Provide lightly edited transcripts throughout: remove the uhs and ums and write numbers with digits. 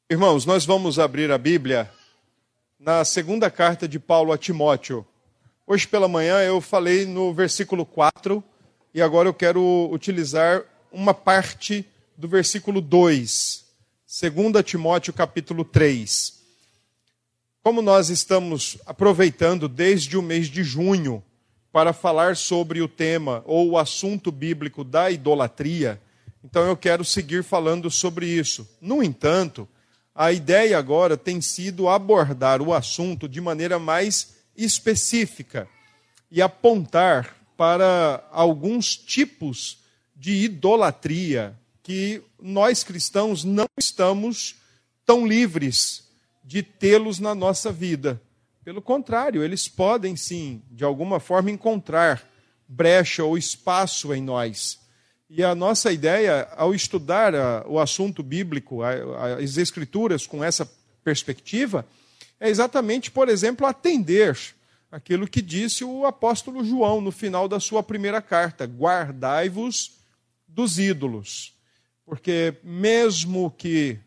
Irmãos, nós vamos abrir a Bíblia na segunda carta de Paulo a Timóteo. Hoje pela manhã eu falei no versículo 4 e agora eu quero utilizar uma parte do versículo 2, 2 Timóteo capítulo 3. Como nós estamos aproveitando desde o mês de junho para falar sobre o tema ou o assunto bíblico da idolatria, então eu quero seguir falando sobre isso. No entanto, a ideia agora tem sido abordar o assunto de maneira mais específica e apontar para alguns tipos de idolatria que nós cristãos não estamos tão livres de tê-los na nossa vida. Pelo contrário, eles podem sim, de alguma forma, encontrar brecha ou espaço em nós. E a nossa ideia, ao estudar o assunto bíblico, as Escrituras com essa perspectiva, é exatamente, por exemplo, atender aquilo que disse o apóstolo João no final da sua primeira carta: guardai-vos dos ídolos. Porque mesmo que,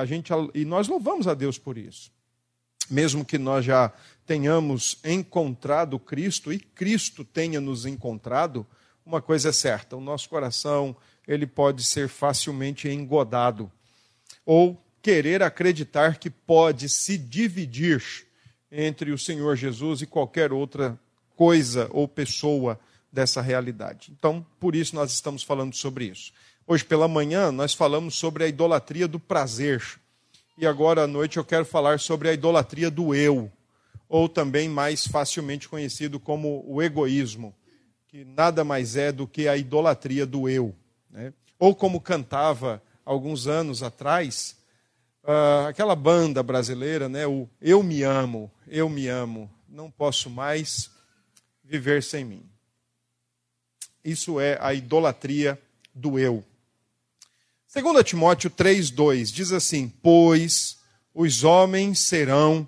e nós louvamos a Deus por isso, mesmo que nós já tenhamos encontrado Cristo e Cristo tenha nos encontrado, uma coisa é certa: o nosso coração ele pode ser facilmente engodado ou querer acreditar que pode se dividir entre o Senhor Jesus e qualquer outra coisa ou pessoa dessa realidade. Então, por isso nós estamos falando sobre isso. Hoje pela manhã nós falamos sobre a idolatria do prazer e agora à noite eu quero falar sobre a idolatria do eu, ou também mais facilmente conhecido como o egoísmo, que nada mais é do que a idolatria do eu, né? Ou como cantava alguns anos atrás, aquela banda brasileira, né? O eu me amo, não posso mais viver sem mim. Isso é a idolatria do eu. 2 Timóteo 3,2 diz assim: pois os homens serão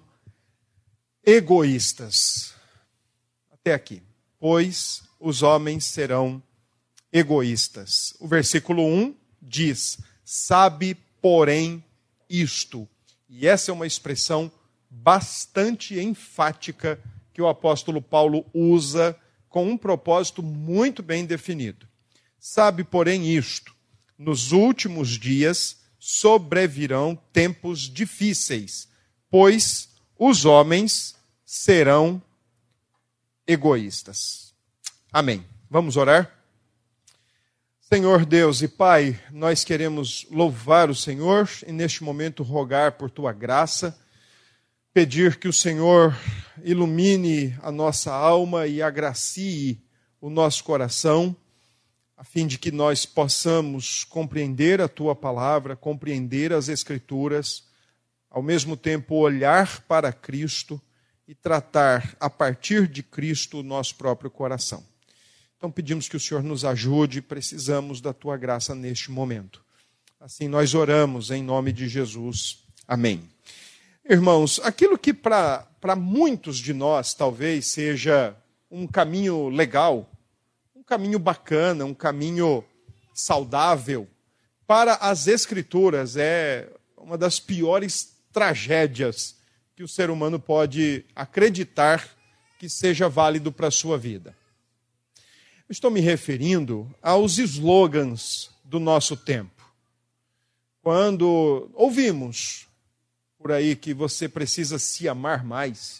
egoístas. Até aqui. Pois os homens serão egoístas. O versículo 1 diz: sabe, porém, isto. E essa é uma expressão bastante enfática que o apóstolo Paulo usa com um propósito muito bem definido. Sabe, porém, isto: nos últimos dias sobrevirão tempos difíceis, pois os homens serão egoístas. Amém. Vamos orar? Senhor Deus e Pai, nós queremos louvar o Senhor e neste momento rogar por Tua graça, pedir que o Senhor ilumine a nossa alma e agracie o nosso coração, a fim de que nós possamos compreender a Tua palavra, compreender as Escrituras, ao mesmo tempo olhar para Cristo e tratar a partir de Cristo o nosso próprio coração. Então pedimos que o Senhor nos ajude, precisamos da Tua graça neste momento. Assim nós oramos em nome de Jesus. Amém. Irmãos, aquilo que para muitos de nós talvez seja um caminho legal, um caminho bacana, um caminho saudável, para as Escrituras é uma das piores tragédias que o ser humano pode acreditar que seja válido para a sua vida. Estou me referindo aos slogans do nosso tempo. Quando ouvimos por aí que você precisa se amar mais,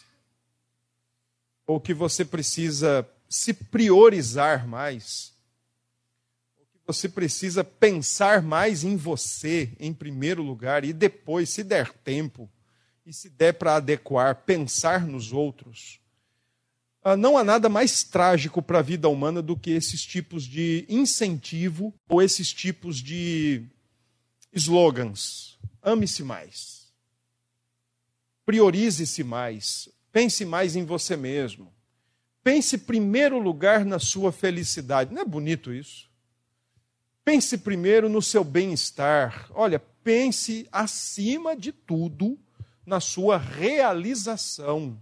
ou que você precisa se priorizar mais, ou que você precisa pensar mais em você em primeiro lugar e depois, se der tempo e se der para adequar, pensar nos outros. Não há nada mais trágico para a vida humana do que esses tipos de incentivo ou esses tipos de slogans. Ame-se mais. Priorize-se mais. Pense mais em você mesmo. Pense em primeiro lugar na sua felicidade. Não é bonito isso? Pense primeiro no seu bem-estar. Olha, pense acima de tudo na sua realização.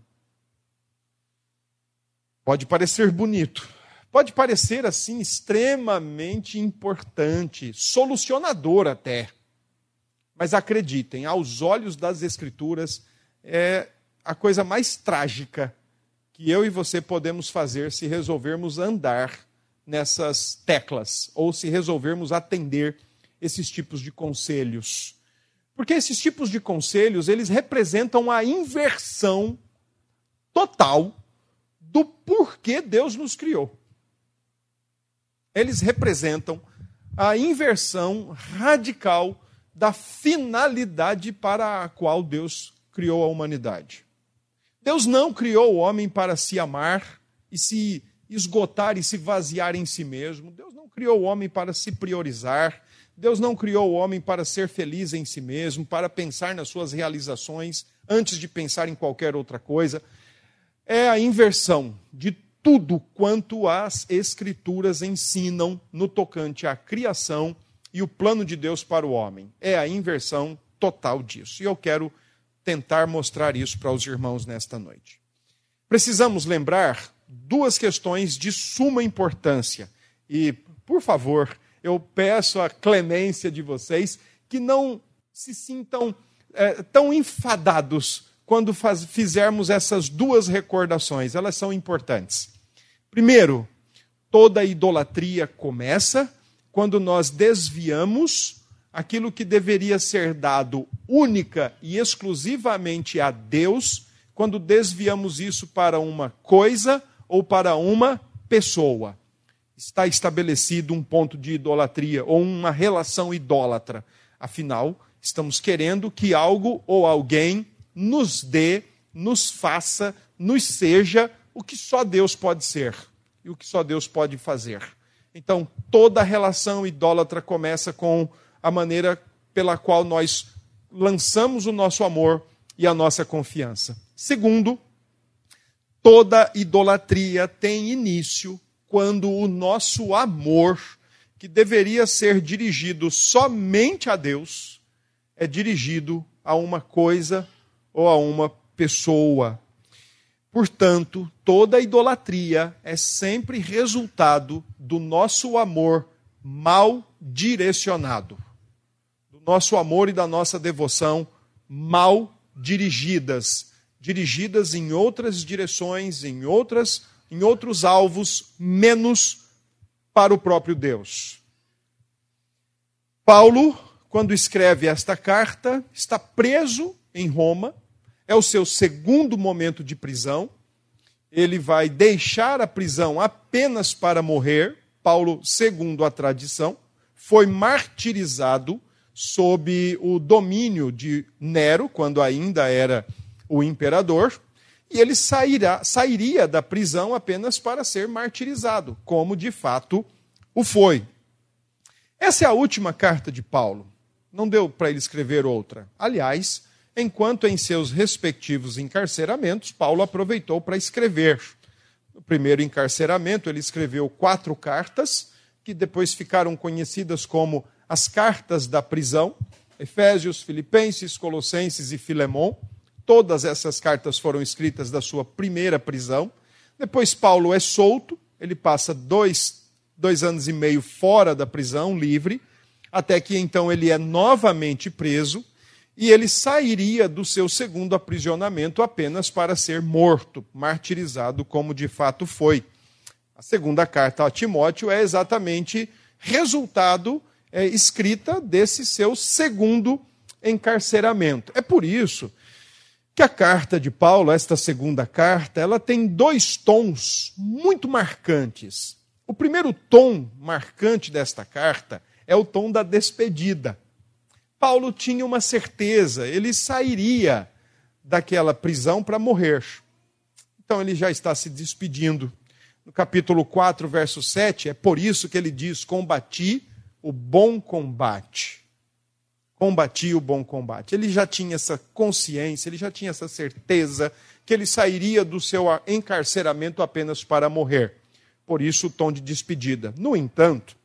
Pode parecer bonito, pode parecer assim extremamente importante, solucionador até. Mas acreditem, aos olhos das Escrituras, é a coisa mais trágica que eu e você podemos fazer se resolvermos andar nessas teclas, ou se resolvermos atender esses tipos de conselhos. Porque esses tipos de conselhos, eles representam a inversão total do porquê Deus nos criou. Eles representam a inversão radical da finalidade para a qual Deus criou a humanidade. Deus não criou o homem para se amar e se esgotar e se vaziar em si mesmo. Deus não criou o homem para se priorizar. Deus não criou o homem para ser feliz em si mesmo, para pensar nas suas realizações antes de pensar em qualquer outra coisa. É a inversão de tudo quanto as Escrituras ensinam no tocante à criação e o plano de Deus para o homem. É a inversão total disso. E eu quero tentar mostrar isso para os irmãos nesta noite. Precisamos lembrar duas questões de suma importância. E, por favor, eu peço a clemência de vocês que não se sintam tão enfadados quando fizermos essas duas recordações. Elas são importantes. Primeiro, toda idolatria começa quando nós desviamos aquilo que deveria ser dado única e exclusivamente a Deus, quando desviamos isso para uma coisa ou para uma pessoa. Está estabelecido um ponto de idolatria ou uma relação idólatra. Afinal, estamos querendo que algo ou alguém nos dê, nos faça, nos seja o que só Deus pode ser e o que só Deus pode fazer. Então, toda relação idólatra começa com a maneira pela qual nós lançamos o nosso amor e a nossa confiança. Segundo, toda idolatria tem início quando o nosso amor, que deveria ser dirigido somente a Deus, é dirigido a uma coisa ou a uma pessoa. Portanto, toda idolatria é sempre resultado do nosso amor mal direcionado, do nosso amor e da nossa devoção mal dirigidas em outras direções, em outros alvos, menos para o próprio Deus. Paulo, quando escreve esta carta, está preso em Roma. É o seu segundo momento de prisão. Ele vai deixar a prisão apenas para morrer. Paulo, segundo a tradição, foi martirizado sob o domínio de Nero, quando ainda era o imperador, e ele sairia da prisão apenas para ser martirizado, como de fato o foi. Essa é a última carta de Paulo. Não deu para ele escrever outra. Aliás, enquanto em seus respectivos encarceramentos, Paulo aproveitou para escrever. No primeiro encarceramento, ele escreveu 4 cartas, que depois ficaram conhecidas como as cartas da prisão: Efésios, Filipenses, Colossenses e Filemão. Todas essas cartas foram escritas da sua primeira prisão. Depois Paulo é solto, ele passa 2 anos e meio fora da prisão, livre, até que então ele é novamente preso, e ele sairia do seu segundo aprisionamento apenas para ser morto, martirizado, como de fato foi. A segunda carta a Timóteo é exatamente resultado escrita desse seu segundo encarceramento. É por isso que a carta de Paulo, esta segunda carta, ela tem 2 tons muito marcantes. O primeiro tom marcante desta carta é o tom da despedida. Paulo tinha uma certeza, ele sairia daquela prisão para morrer. Então ele já está se despedindo. No capítulo 4, verso 7, é por isso que ele diz: combati o bom combate. Combati o bom combate. Ele já tinha essa consciência, ele já tinha essa certeza que ele sairia do seu encarceramento apenas para morrer. Por isso o tom de despedida. No entanto,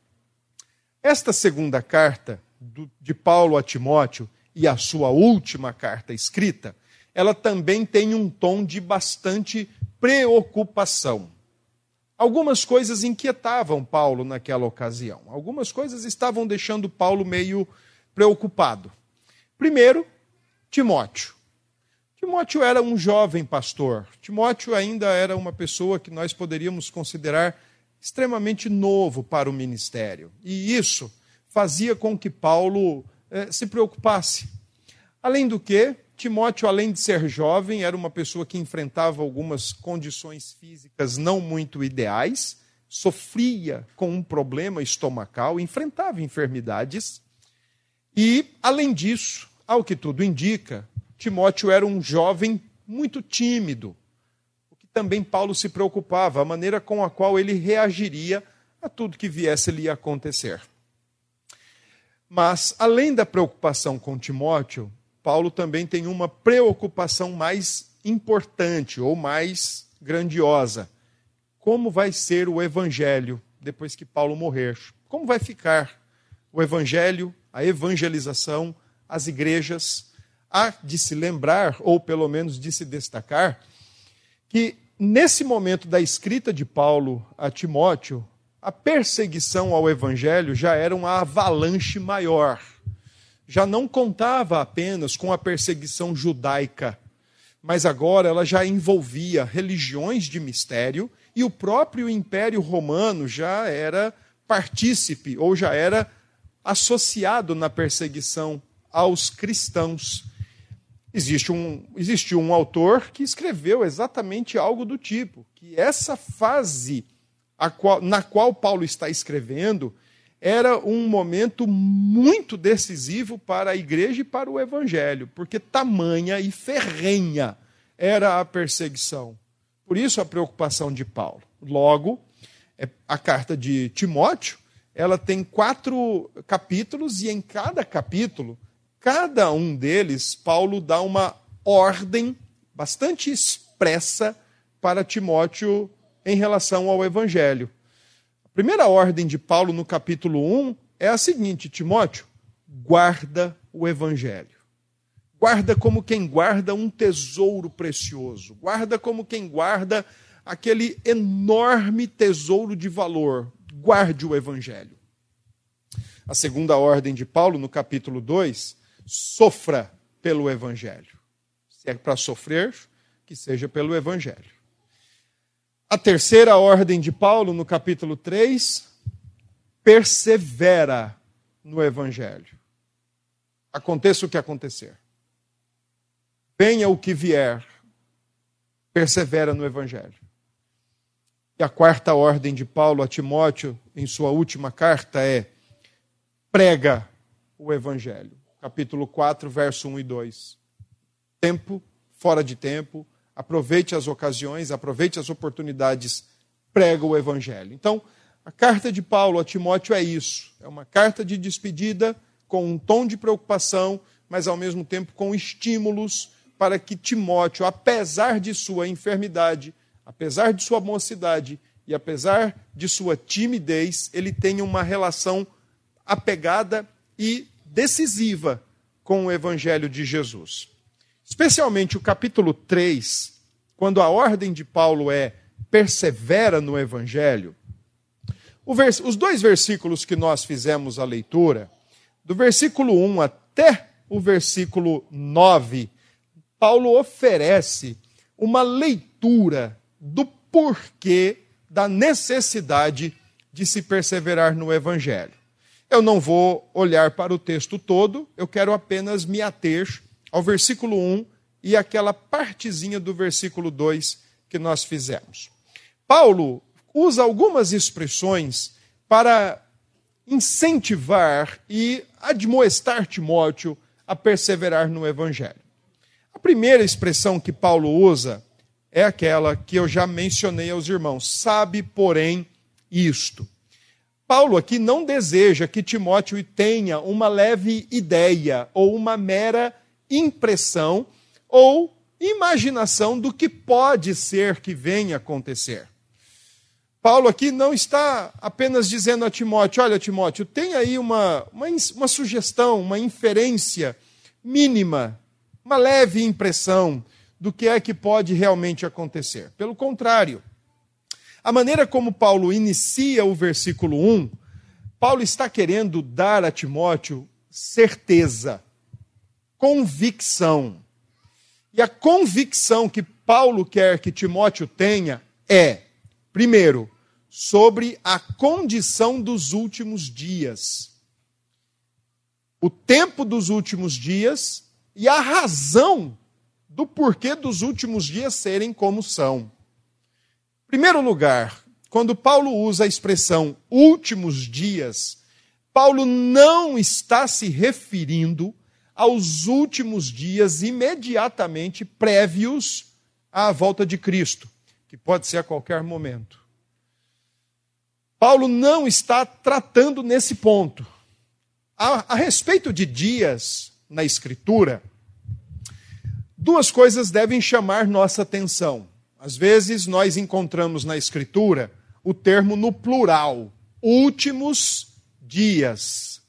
esta segunda carta de Paulo a Timóteo e a sua última carta escrita, ela também tem um tom de bastante preocupação. Algumas coisas inquietavam Paulo naquela ocasião. Algumas coisas estavam deixando Paulo meio preocupado. Primeiro, Timóteo. Timóteo era um jovem pastor. Timóteo ainda era uma pessoa que nós poderíamos considerar extremamente novo para o ministério. E isso fazia com que Paulo se preocupasse. Além do que, Timóteo, além de ser jovem, era uma pessoa que enfrentava algumas condições físicas não muito ideais, sofria com um problema estomacal, enfrentava enfermidades. E, além disso, ao que tudo indica, Timóteo era um jovem muito tímido, o que também Paulo se preocupava, a maneira com a qual ele reagiria a tudo que viesse lhe acontecer. Mas, além da preocupação com Timóteo, Paulo também tem uma preocupação mais importante ou mais grandiosa. Como vai ser o evangelho depois que Paulo morrer? Como vai ficar o evangelho, a evangelização, as igrejas? Há de se lembrar, ou pelo menos de se destacar, que nesse momento da escrita de Paulo a Timóteo, a perseguição ao evangelho já era uma avalanche maior. Já não contava apenas com a perseguição judaica, mas agora ela já envolvia religiões de mistério e o próprio Império Romano já era partícipe ou já era associado na perseguição aos cristãos. Existe um autor que escreveu exatamente algo do tipo, que essa fase na qual Paulo está escrevendo era um momento muito decisivo para a igreja e para o evangelho, porque tamanha e ferrenha era a perseguição. Por isso a preocupação de Paulo. Logo, a carta de Timóteo, ela tem 4 capítulos, e em cada capítulo, cada um deles, Paulo dá uma ordem bastante expressa para Timóteo em relação ao evangelho. A primeira ordem de Paulo no capítulo 1 é a seguinte: Timóteo, guarda o evangelho. Guarda como quem guarda um tesouro precioso. Guarda como quem guarda aquele enorme tesouro de valor. Guarde o evangelho. A segunda ordem de Paulo no capítulo 2, sofra pelo evangelho. Se é para sofrer, que seja pelo evangelho. A terceira ordem de Paulo, no capítulo 3, persevera no evangelho. Aconteça o que acontecer. Venha o que vier, persevera no evangelho. E a quarta ordem de Paulo a Timóteo, em sua última carta, é prega o evangelho. Capítulo 4, verso 1 e 2. Tempo, fora de tempo, aproveite as ocasiões, aproveite as oportunidades, prega o evangelho. Então, a carta de Paulo a Timóteo é isso. É uma carta de despedida com um tom de preocupação, mas ao mesmo tempo com estímulos para que Timóteo, apesar de sua enfermidade, apesar de sua mocidade e apesar de sua timidez, ele tenha uma relação apegada e decisiva com o evangelho de Jesus. Especialmente o capítulo 3, quando a ordem de Paulo é persevera no evangelho, os 2 versículos que nós fizemos a leitura, do versículo 1 até o versículo 9, Paulo oferece uma leitura do porquê da necessidade de se perseverar no evangelho. Eu não vou olhar para o texto todo, eu quero apenas me ater ao versículo 1 e aquela partezinha do versículo 2 que nós fizemos. Paulo usa algumas expressões para incentivar e admoestar Timóteo a perseverar no evangelho. A primeira expressão que Paulo usa é aquela que eu já mencionei aos irmãos. Sabe, porém, isto. Paulo aqui não deseja que Timóteo tenha uma leve ideia ou uma mera impressão ou imaginação do que pode ser que venha acontecer. Paulo aqui não está apenas dizendo a Timóteo, olha Timóteo, tem aí uma sugestão, uma inferência mínima, uma leve impressão do que é que pode realmente acontecer. Pelo contrário, a maneira como Paulo inicia o versículo 1, Paulo está querendo dar a Timóteo certeza. convicção. E a convicção que Paulo quer que Timóteo tenha é, primeiro, sobre a condição dos últimos dias. O tempo dos últimos dias e a razão do porquê dos últimos dias serem como são. Em primeiro lugar, quando Paulo usa a expressão últimos dias, Paulo não está se referindo aos últimos dias imediatamente prévios à volta de Cristo, que pode ser a qualquer momento. Paulo não está tratando nesse ponto. A respeito de dias na Escritura, duas coisas devem chamar nossa atenção. Às vezes nós encontramos na Escritura o termo no plural, últimos dias.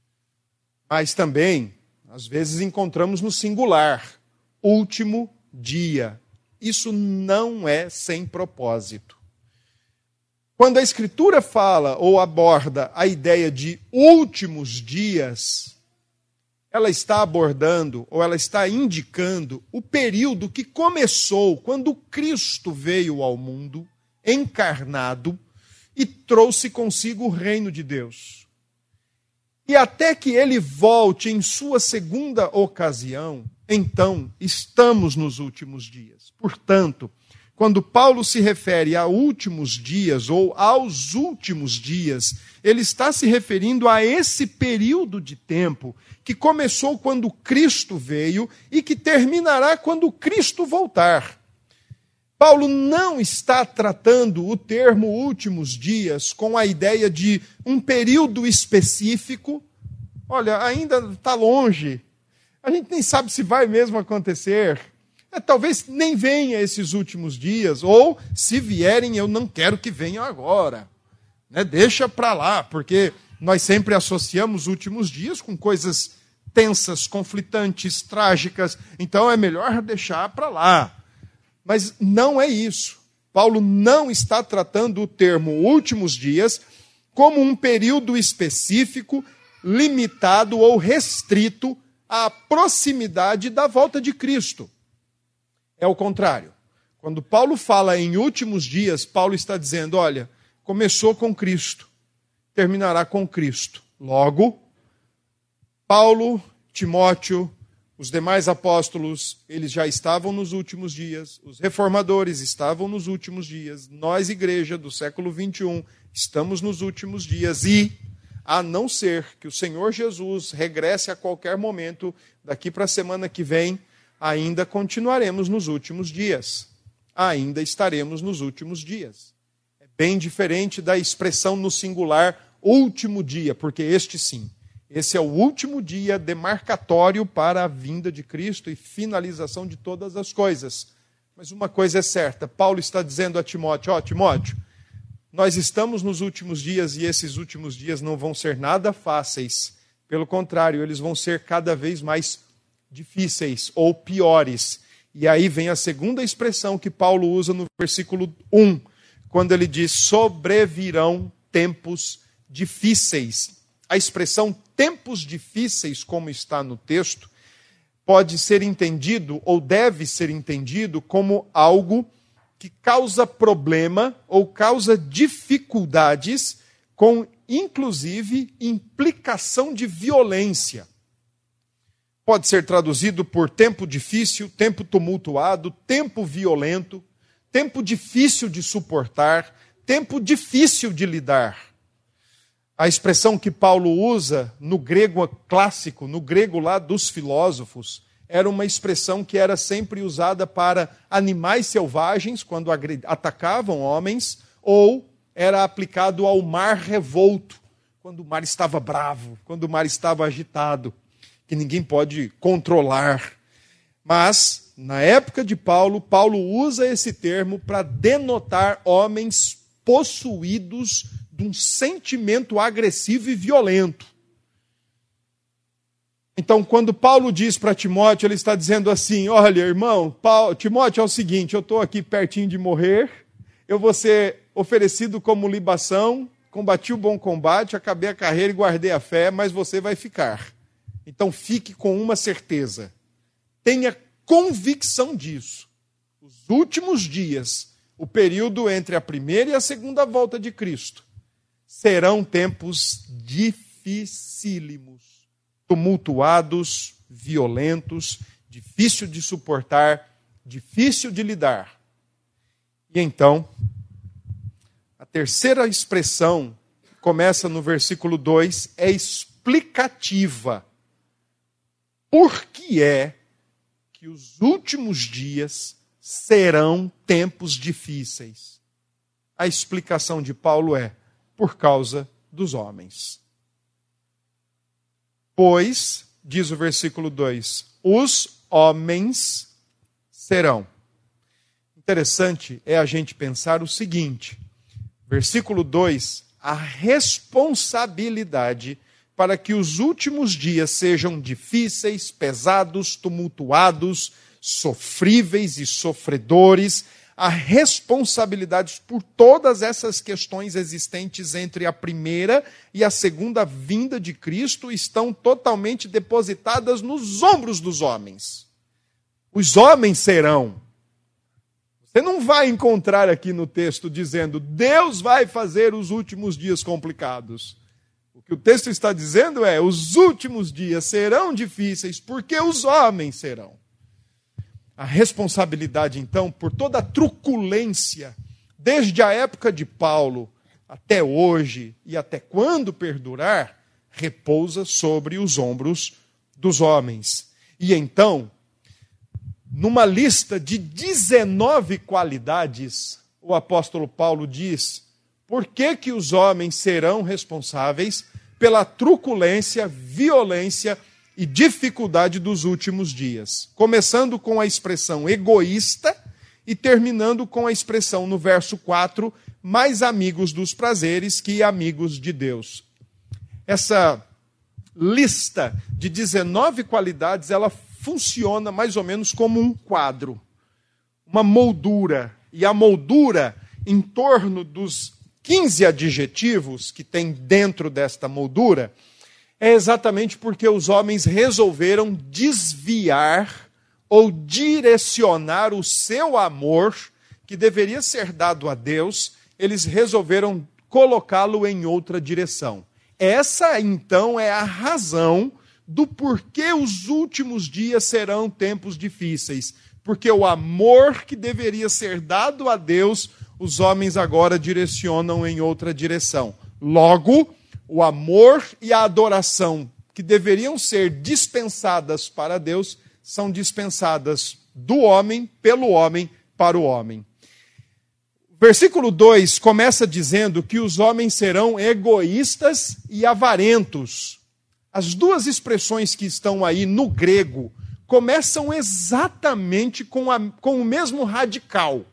Mas também, às vezes, encontramos no singular, último dia. Isso não é sem propósito. Quando a Escritura fala ou aborda a ideia de últimos dias, ela está abordando ou ela está indicando o período que começou quando Cristo veio ao mundo, encarnado, e trouxe consigo o reino de Deus. E até que ele volte em sua segunda ocasião, então estamos nos últimos dias. Portanto, quando Paulo se refere a últimos dias ou aos últimos dias, ele está se referindo a esse período de tempo que começou quando Cristo veio e que terminará quando Cristo voltar. Paulo não está tratando o termo últimos dias com a ideia de um período específico. Olha, ainda está longe. A gente nem sabe se vai mesmo acontecer. Talvez nem venha esses últimos dias, ou se vierem, eu não quero que venham agora. Deixa para lá, porque nós sempre associamos últimos dias com coisas tensas, conflitantes, trágicas. Então é melhor deixar para lá. Mas não é isso. Paulo não está tratando o termo últimos dias como um período específico, limitado ou restrito à proximidade da volta de Cristo. É o contrário. Quando Paulo fala em últimos dias, Paulo está dizendo, olha, começou com Cristo, terminará com Cristo. Logo, Paulo, Timóteo, os demais apóstolos, eles já estavam nos últimos dias, os reformadores estavam nos últimos dias, nós, igreja do século 21, estamos nos últimos dias e, a não ser que o Senhor Jesus regresse a qualquer momento, daqui para a semana que vem, ainda continuaremos nos últimos dias. Ainda estaremos nos últimos dias. É bem diferente da expressão no singular, último dia, porque este sim, esse é o último dia demarcatório para a vinda de Cristo e finalização de todas as coisas. Mas uma coisa é certa, Paulo está dizendo a Timóteo, Timóteo, nós estamos nos últimos dias e esses últimos dias não vão ser nada fáceis. Pelo contrário, eles vão ser cada vez mais difíceis ou piores. E aí vem a segunda expressão que Paulo usa no versículo 1, quando ele diz, sobrevirão tempos difíceis. A expressão tempos difíceis, como está no texto, pode ser entendido ou deve ser entendido como algo que causa problema ou causa dificuldades com, inclusive, implicação de violência. Pode ser traduzido por tempo difícil, tempo tumultuado, tempo violento, tempo difícil de suportar, tempo difícil de lidar. A expressão que Paulo usa no grego clássico, no grego lá dos filósofos, era uma expressão que era sempre usada para animais selvagens, quando atacavam homens, ou era aplicado ao mar revolto, quando o mar estava bravo, quando o mar estava agitado, que ninguém pode controlar. Mas, na época de Paulo, Paulo usa esse termo para denotar homens possuídos de um sentimento agressivo e violento. Então, quando Paulo diz para Timóteo, ele está dizendo assim, olha, irmão, Timóteo, é o seguinte, eu estou aqui pertinho de morrer, eu vou ser oferecido como libação, combati o bom combate, acabei a carreira e guardei a fé, mas você vai ficar. Então fique com uma certeza, tenha convicção disso. Os últimos dias, o período entre a primeira e a segunda volta de Cristo, serão tempos dificílimos, tumultuados, violentos, difícil de suportar, difícil de lidar. E então, a terceira expressão, começa no versículo 2, é explicativa. Por que é que os últimos dias serão tempos difíceis? A explicação de Paulo é: por causa dos homens. Pois, diz o versículo 2, os homens serão. Interessante é a gente pensar o seguinte, versículo 2, a responsabilidade para que os últimos dias sejam difíceis, pesados, tumultuados, sofríveis e sofredores, a responsabilidade por todas essas questões existentes entre a primeira e a segunda vinda de Cristo estão totalmente depositadas nos ombros dos homens. Os homens serão. Você não vai encontrar aqui no texto dizendo Deus vai fazer os últimos dias complicados. O que o texto está dizendo é os últimos dias serão difíceis porque os homens serão. A responsabilidade, então, por toda a truculência, desde a época de Paulo até hoje e até quando perdurar, repousa sobre os ombros dos homens. E então, numa lista de 19 qualidades, o apóstolo Paulo diz por que os homens serão responsáveis pela truculência, violência e dificuldade dos últimos dias. Começando com a expressão egoísta e terminando com a expressão no verso 4, mais amigos dos prazeres que amigos de Deus. Essa lista de 19 qualidades, ela funciona mais ou menos como um quadro, uma moldura. E a moldura, em torno dos 15 adjetivos que tem dentro desta moldura, é exatamente porque os homens resolveram desviar ou direcionar o seu amor, que deveria ser dado a Deus, eles resolveram colocá-lo em outra direção. Essa, então, é a razão do porquê os últimos dias serão tempos difíceis. Porque o amor que deveria ser dado a Deus, os homens agora direcionam em outra direção. Logo, o amor e a adoração que deveriam ser dispensadas para Deus, são dispensadas do homem, pelo homem, para o homem. Versículo 2 começa dizendo que os homens serão egoístas e avarentos. As duas expressões que estão aí no grego começam exatamente com o mesmo radical.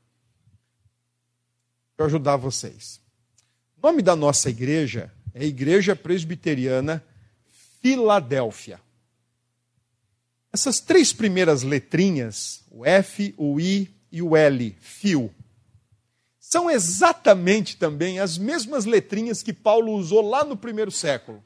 Para ajudar vocês. O nome da nossa igreja é Igreja Presbiteriana Filadélfia. Essas três primeiras letrinhas, o F, o I e o L, fio, são exatamente também as mesmas letrinhas que Paulo usou lá no primeiro século.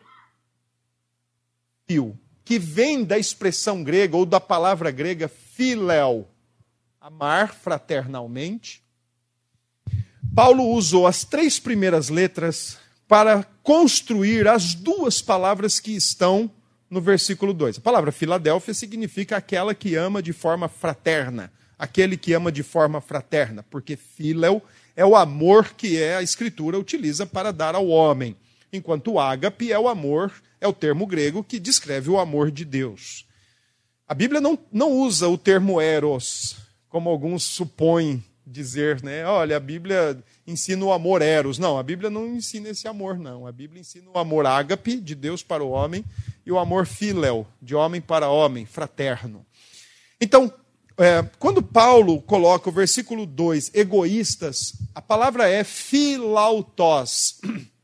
Fio, que vem da expressão grega ou da palavra grega philéu, amar fraternalmente. Paulo usou as três primeiras letras para construir as duas palavras que estão no versículo 2. A palavra Filadélfia significa aquela que ama de forma fraterna, aquele que ama de forma fraterna, porque philéu é o amor que a Escritura utiliza para dar ao homem, enquanto ágape é o amor, é o termo grego que descreve o amor de Deus. A Bíblia não usa o termo eros, como alguns supõem dizer, né? Olha, a Bíblia ensina o amor eros. Não, a Bíblia não ensina esse amor, não. A Bíblia ensina o amor ágape, de Deus para o homem, e o amor philéu, de homem para homem, fraterno. Então, quando Paulo coloca o versículo 2, egoístas, a palavra é philautos,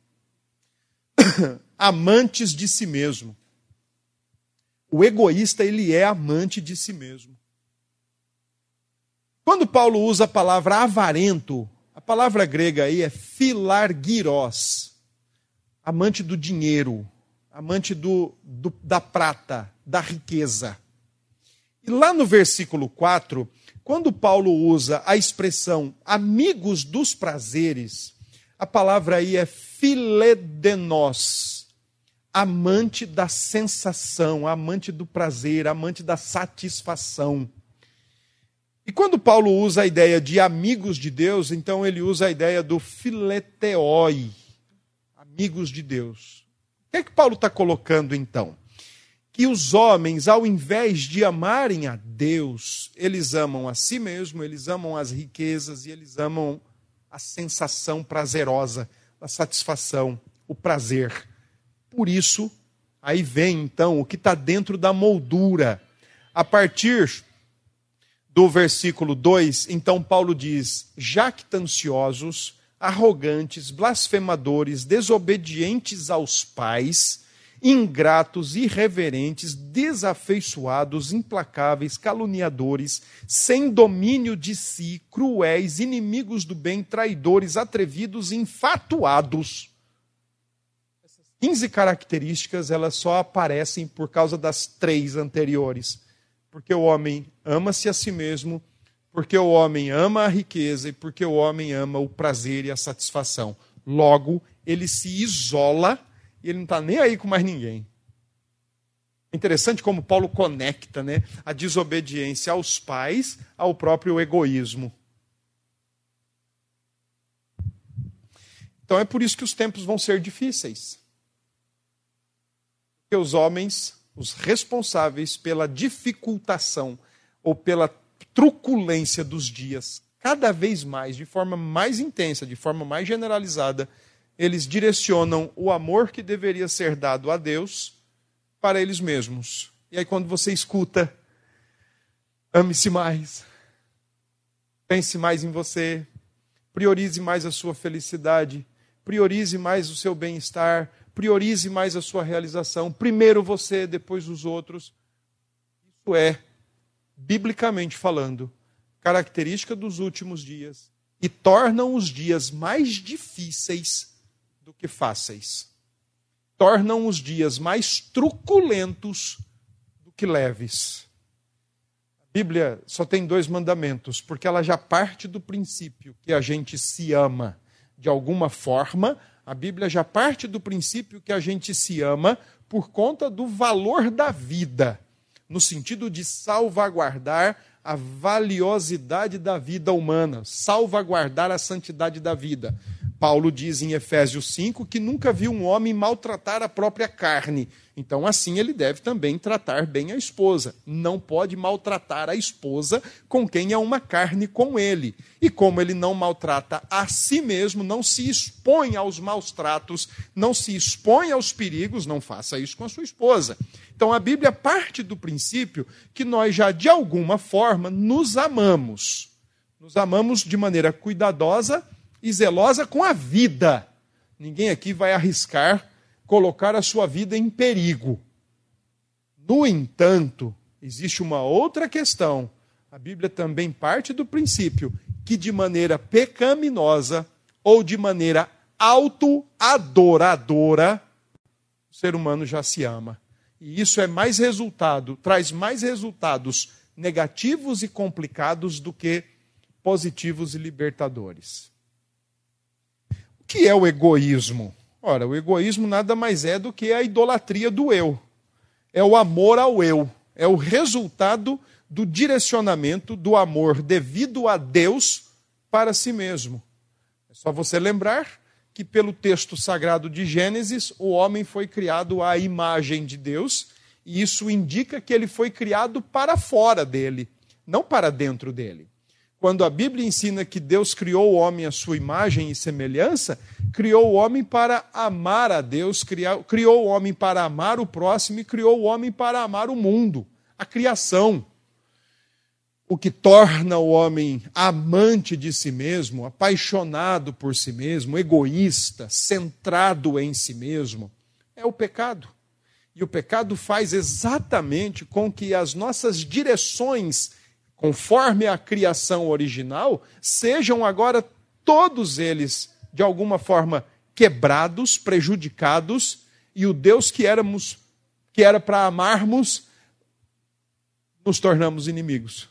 amantes de si mesmo. O egoísta, ele é amante de si mesmo. Quando Paulo usa a palavra avarento, a palavra grega aí é philargyros, amante do dinheiro, amante da prata, da riqueza. E lá no versículo 4, quando Paulo usa a expressão amigos dos prazeres, a palavra aí é philedenos, amante da sensação, amante do prazer, amante da satisfação. E quando Paulo usa a ideia de amigos de Deus, então ele usa a ideia do philetheoi, amigos de Deus. O que é que Paulo está colocando então? Que os homens, ao invés de amarem a Deus, eles amam a si mesmo, eles amam as riquezas e eles amam a sensação prazerosa, a satisfação, o prazer. Por isso, aí vem então o que está dentro da moldura. A partir do versículo 2, então Paulo diz: jactanciosos, arrogantes, blasfemadores, desobedientes aos pais, ingratos, irreverentes, desafeiçoados, implacáveis, caluniadores, sem domínio de si, cruéis, inimigos do bem, traidores, atrevidos, infatuados. Essas 15 características, elas só aparecem por causa das 3 anteriores. Porque o homem ama-se a si mesmo, porque o homem ama a riqueza e porque o homem ama o prazer e a satisfação. Logo, ele se isola e ele não está nem aí com mais ninguém. É interessante como Paulo conecta, né, a desobediência aos pais ao próprio egoísmo. Então é por isso que os tempos vão ser difíceis. Porque os homens, os responsáveis pela dificultação ou pela truculência dos dias, cada vez mais, de forma mais intensa, de forma mais generalizada, eles direcionam o amor que deveria ser dado a Deus para eles mesmos. E aí quando você escuta, ame-se mais, pense mais em você, priorize mais a sua felicidade, priorize mais o seu bem-estar, priorize mais a sua realização, primeiro você, depois os outros. Isso é, biblicamente falando, característica dos últimos dias e tornam os dias mais difíceis do que fáceis. Tornam os dias mais truculentos do que leves. A Bíblia só tem 2 mandamentos, porque ela já parte do princípio que a gente se ama de alguma forma. A Bíblia já parte do princípio que a gente se ama por conta do valor da vida, no sentido de salvaguardar a valiosidade da vida humana, salvaguardar a santidade da vida. Paulo diz em Efésios 5 que nunca viu um homem maltratar a própria carne. Então, assim, ele deve também tratar bem a esposa. Não pode maltratar a esposa com quem é uma carne com ele. E como ele não maltrata a si mesmo, não se expõe aos maus tratos, não se expõe aos perigos, não faça isso com a sua esposa. Então, a Bíblia parte do princípio que nós já, de alguma forma, nos amamos. Nos amamos de maneira cuidadosa e zelosa com a vida. Ninguém aqui vai arriscar colocar a sua vida em perigo. No entanto, existe uma outra questão. A Bíblia também parte do princípio que de maneira pecaminosa ou de maneira autoadoradora, o ser humano já se ama. E isso é mais resultado, traz mais resultados negativos e complicados do que positivos e libertadores. O que é o egoísmo? Ora, o egoísmo nada mais é do que a idolatria do eu. É o amor ao eu. É o resultado do direcionamento do amor devido a Deus para si mesmo. É só você lembrar que pelo texto sagrado de Gênesis, o homem foi criado à imagem de Deus, e isso indica que ele foi criado para fora dele, não para dentro dele. Quando a Bíblia ensina que Deus criou o homem à sua imagem e semelhança, criou o homem para amar a Deus, criou o homem para amar o próximo e criou o homem para amar o mundo, a criação. O que torna o homem amante de si mesmo, apaixonado por si mesmo, egoísta, centrado em si mesmo, é o pecado. E o pecado faz exatamente com que as nossas direções, conforme a criação original, sejam agora todos eles, de alguma forma, quebrados, prejudicados, e o Deus que era para amarmos, nos tornamos inimigos.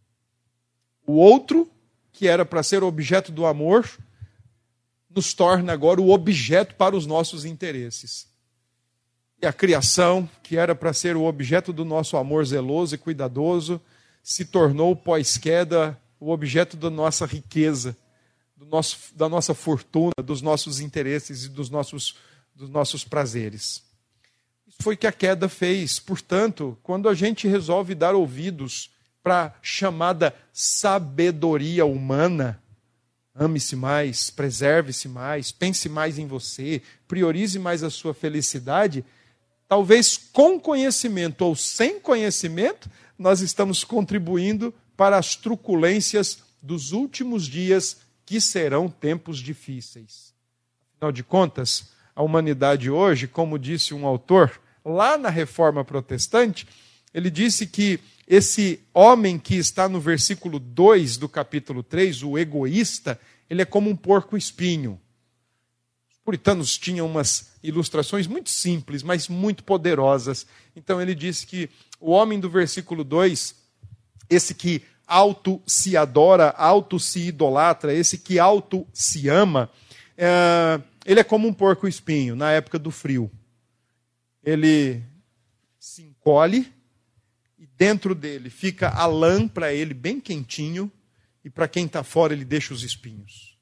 O outro, que era para ser objeto do amor, nos torna agora o objeto para os nossos interesses. E a criação, que era para ser o objeto do nosso amor zeloso e cuidadoso, se tornou, pós-queda, o objeto da nossa riqueza, da nossa fortuna, dos nossos interesses e dos nossos prazeres. Isso foi o que a queda fez. Portanto, quando a gente resolve dar ouvidos para a chamada sabedoria humana, ame-se mais, preserve-se mais, pense mais em você, priorize mais a sua felicidade, talvez com conhecimento ou sem conhecimento, nós estamos contribuindo para as truculências dos últimos dias, que serão tempos difíceis. Afinal de contas, a humanidade hoje, como disse um autor, lá na Reforma Protestante, ele disse que esse homem que está no versículo 2 do capítulo 3, o egoísta, ele é como um porco-espinho. Os puritanos tinham umas ilustrações muito simples, mas muito poderosas. Então ele disse que o homem do versículo 2, esse que auto se adora, auto se idolatra, esse que auto se ama, ele é como um porco-espinho na época do frio. Ele se encolhe e dentro dele fica a lã para ele bem quentinho e para quem está fora ele deixa os espinhos.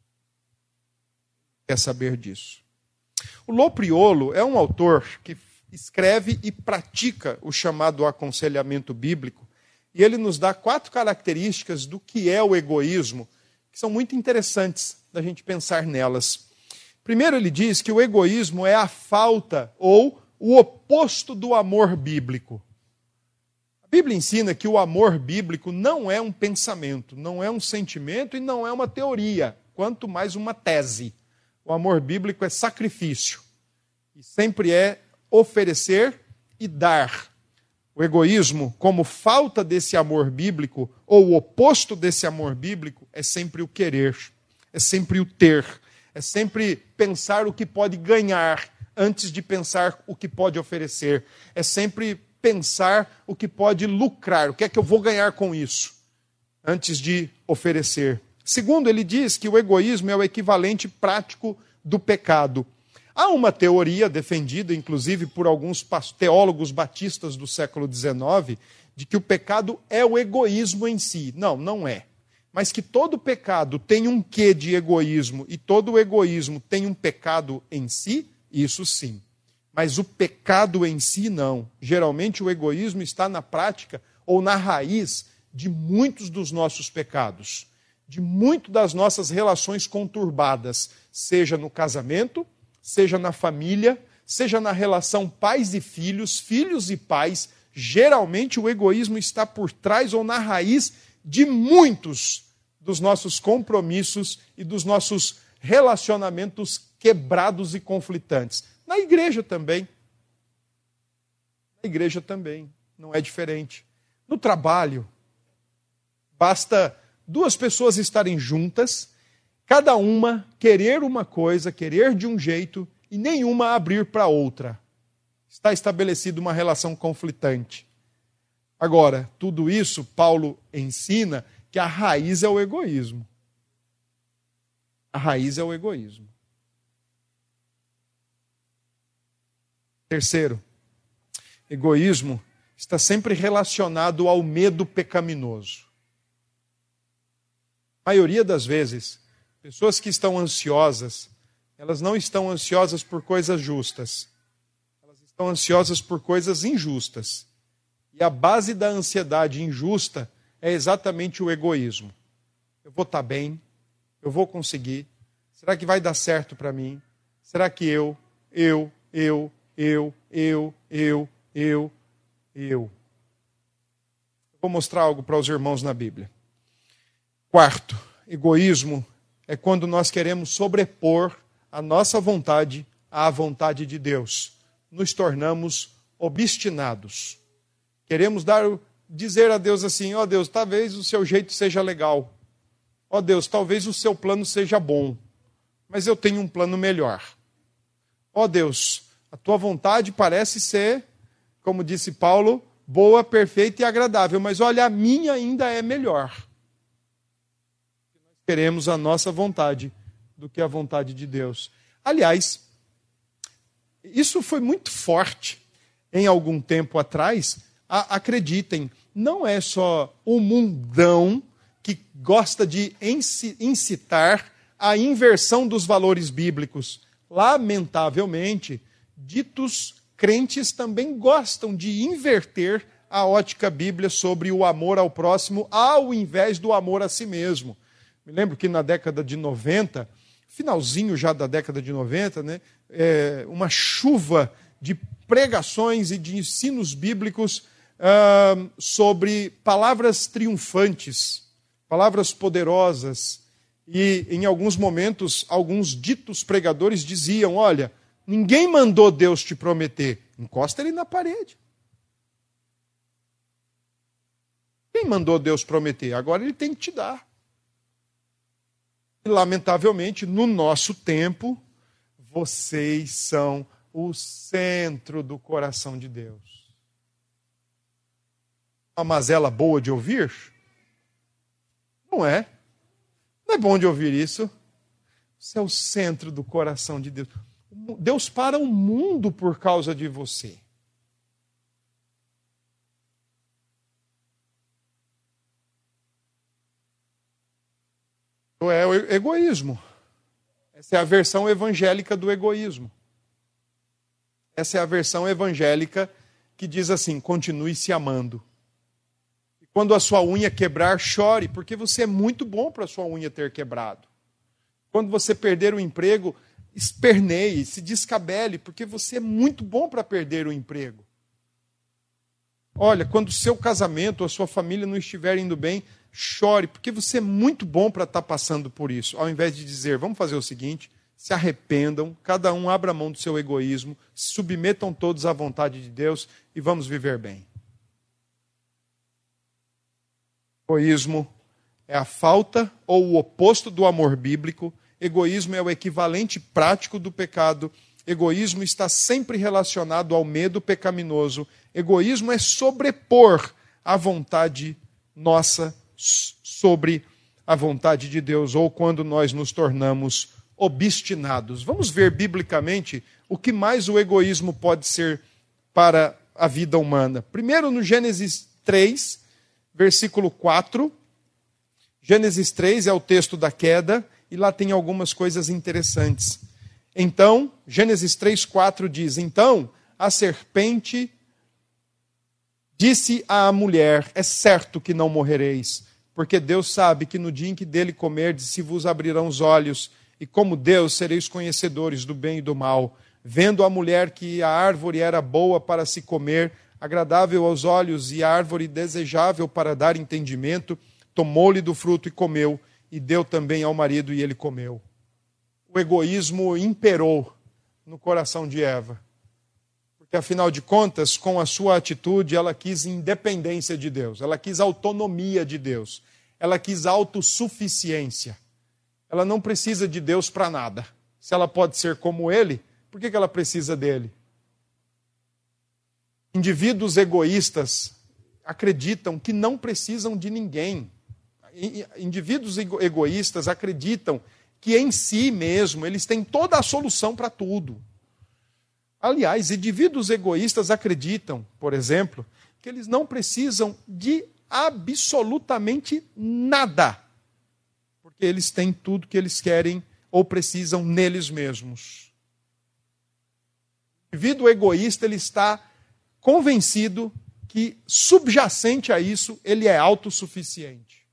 Quer saber disso? O Lopriolo é um autor que escreve e pratica o chamado aconselhamento bíblico e ele nos dá 4 características do que é o egoísmo, que são muito interessantes da gente pensar nelas. Primeiro ele diz que o egoísmo é a falta ou o oposto do amor bíblico. A Bíblia ensina que o amor bíblico não é um pensamento, não é um sentimento e não é uma teoria, quanto mais uma tese. O amor bíblico é sacrifício e sempre é oferecer e dar. O egoísmo, como falta desse amor bíblico, ou o oposto desse amor bíblico, é sempre o querer, é sempre o ter, é sempre pensar o que pode ganhar antes de pensar o que pode oferecer. É sempre pensar o que pode lucrar, o que é que eu vou ganhar com isso, antes de oferecer. Segundo, ele diz que o egoísmo é o equivalente prático do pecado. Há uma teoria defendida, inclusive, por alguns teólogos batistas do século XIX, de que o pecado é o egoísmo em si. Não, não é. Mas que todo pecado tem um quê de egoísmo e todo egoísmo tem um pecado em si, isso sim. Mas o pecado em si, não. Geralmente o egoísmo está na prática ou na raiz de muitos dos nossos pecados, de muito das nossas relações conturbadas, seja no casamento, seja na família, seja na relação pais e filhos, filhos e pais. Geralmente o egoísmo está por trás ou na raiz de muitos dos nossos compromissos e dos nossos relacionamentos quebrados e conflitantes. Na igreja também. Na igreja também. Não é diferente. No trabalho, basta 2 pessoas estarem juntas, cada uma querer uma coisa, querer de um jeito, e nenhuma abrir para outra. Está estabelecida uma relação conflitante. Agora, tudo isso, Paulo ensina que a raiz é o egoísmo. A raiz é o egoísmo. Terceiro, egoísmo está sempre relacionado ao medo pecaminoso. A maioria das vezes, pessoas que estão ansiosas, elas não estão ansiosas por coisas justas. Elas estão ansiosas por coisas injustas. E a base da ansiedade injusta é exatamente o egoísmo. Eu vou estar bem, eu vou conseguir. Será que vai dar certo para mim? Será que eu? Vou mostrar algo para os irmãos na Bíblia. Quarto, egoísmo é quando nós queremos sobrepor a nossa vontade à vontade de Deus. Nos tornamos obstinados. Queremos dizer a Deus assim: ó Deus, talvez o seu jeito seja legal. Ó Deus, talvez o seu plano seja bom. Mas eu tenho um plano melhor. Ó Deus, A tua vontade parece ser, como disse Paulo, boa, perfeita e agradável, mas olha, a minha ainda é melhor. Nós queremos a nossa vontade do que a vontade de Deus. Aliás, isso foi muito forte em algum tempo atrás. Acreditem, não é só o mundão que gosta de incitar a inversão dos valores bíblicos. Lamentavelmente, ditos crentes também gostam de inverter a ótica bíblica sobre o amor ao próximo ao invés do amor a si mesmo. Me lembro que na década de 90, finalzinho já da década de 90, né, uma chuva de pregações e de ensinos bíblicos sobre palavras triunfantes, palavras poderosas. E em alguns momentos, alguns ditos pregadores diziam, olha, ninguém mandou Deus te prometer, encosta ele na parede. Quem mandou Deus prometer? Agora ele tem que te dar. E, lamentavelmente, no nosso tempo, vocês são o centro do coração de Deus. Uma mazela boa de ouvir? Não é. Não é bom de ouvir isso. Você é o centro do coração de Deus. Deus para o mundo por causa de você. É o egoísmo. Essa é a versão evangélica do egoísmo. Essa é a versão evangélica que diz assim, continue se amando. E quando a sua unha quebrar, chore, porque você é muito bom para a sua unha ter quebrado. Quando você perder o emprego, esperneie, se descabele, porque você é muito bom para perder o emprego. Olha, quando o seu casamento ou a sua família não estiver indo bem, chore, porque você é muito bom para estar passando por isso. Ao invés de dizer, vamos fazer o seguinte, se arrependam, cada um abra mão do seu egoísmo, se submetam todos à vontade de Deus e vamos viver bem. Egoísmo é a falta ou o oposto do amor bíblico. Egoísmo é o equivalente prático do pecado. Egoísmo está sempre relacionado ao medo pecaminoso. Egoísmo é sobrepor a vontade nossa sobre a vontade de Deus, ou quando nós nos tornamos obstinados. Vamos ver biblicamente o que mais o egoísmo pode ser para a vida humana. Primeiro, no Gênesis 3, versículo 4. Gênesis 3 é o texto da queda, e lá tem algumas coisas interessantes. Então, Gênesis 3, 4 diz, então a serpente disse à mulher, é certo que não morrereis, porque Deus sabe que no dia em que dele comerdes, se vos abrirão os olhos, e como Deus sereis conhecedores do bem e do mal. Vendo a mulher que a árvore era boa para se comer, agradável aos olhos, e a árvore desejável para dar entendimento, tomou-lhe do fruto e comeu, e deu também ao marido, e ele comeu. O egoísmo imperou no coração de Eva. Porque, afinal de contas, com a sua atitude, ela quis independência de Deus, ela quis autonomia de Deus, ela quis autossuficiência. Ela não precisa de Deus para nada. Se ela pode ser como Ele, por que ela precisa dele? Indivíduos egoístas acreditam que não precisam de ninguém. Indivíduos egoístas acreditam que em si mesmo eles têm toda a solução para tudo. Aliás, indivíduos egoístas acreditam, por exemplo, que eles não precisam de absolutamente nada, porque eles têm tudo que eles querem ou precisam neles mesmos. O indivíduo egoísta, ele está convencido que, subjacente a isso, ele é autossuficiente.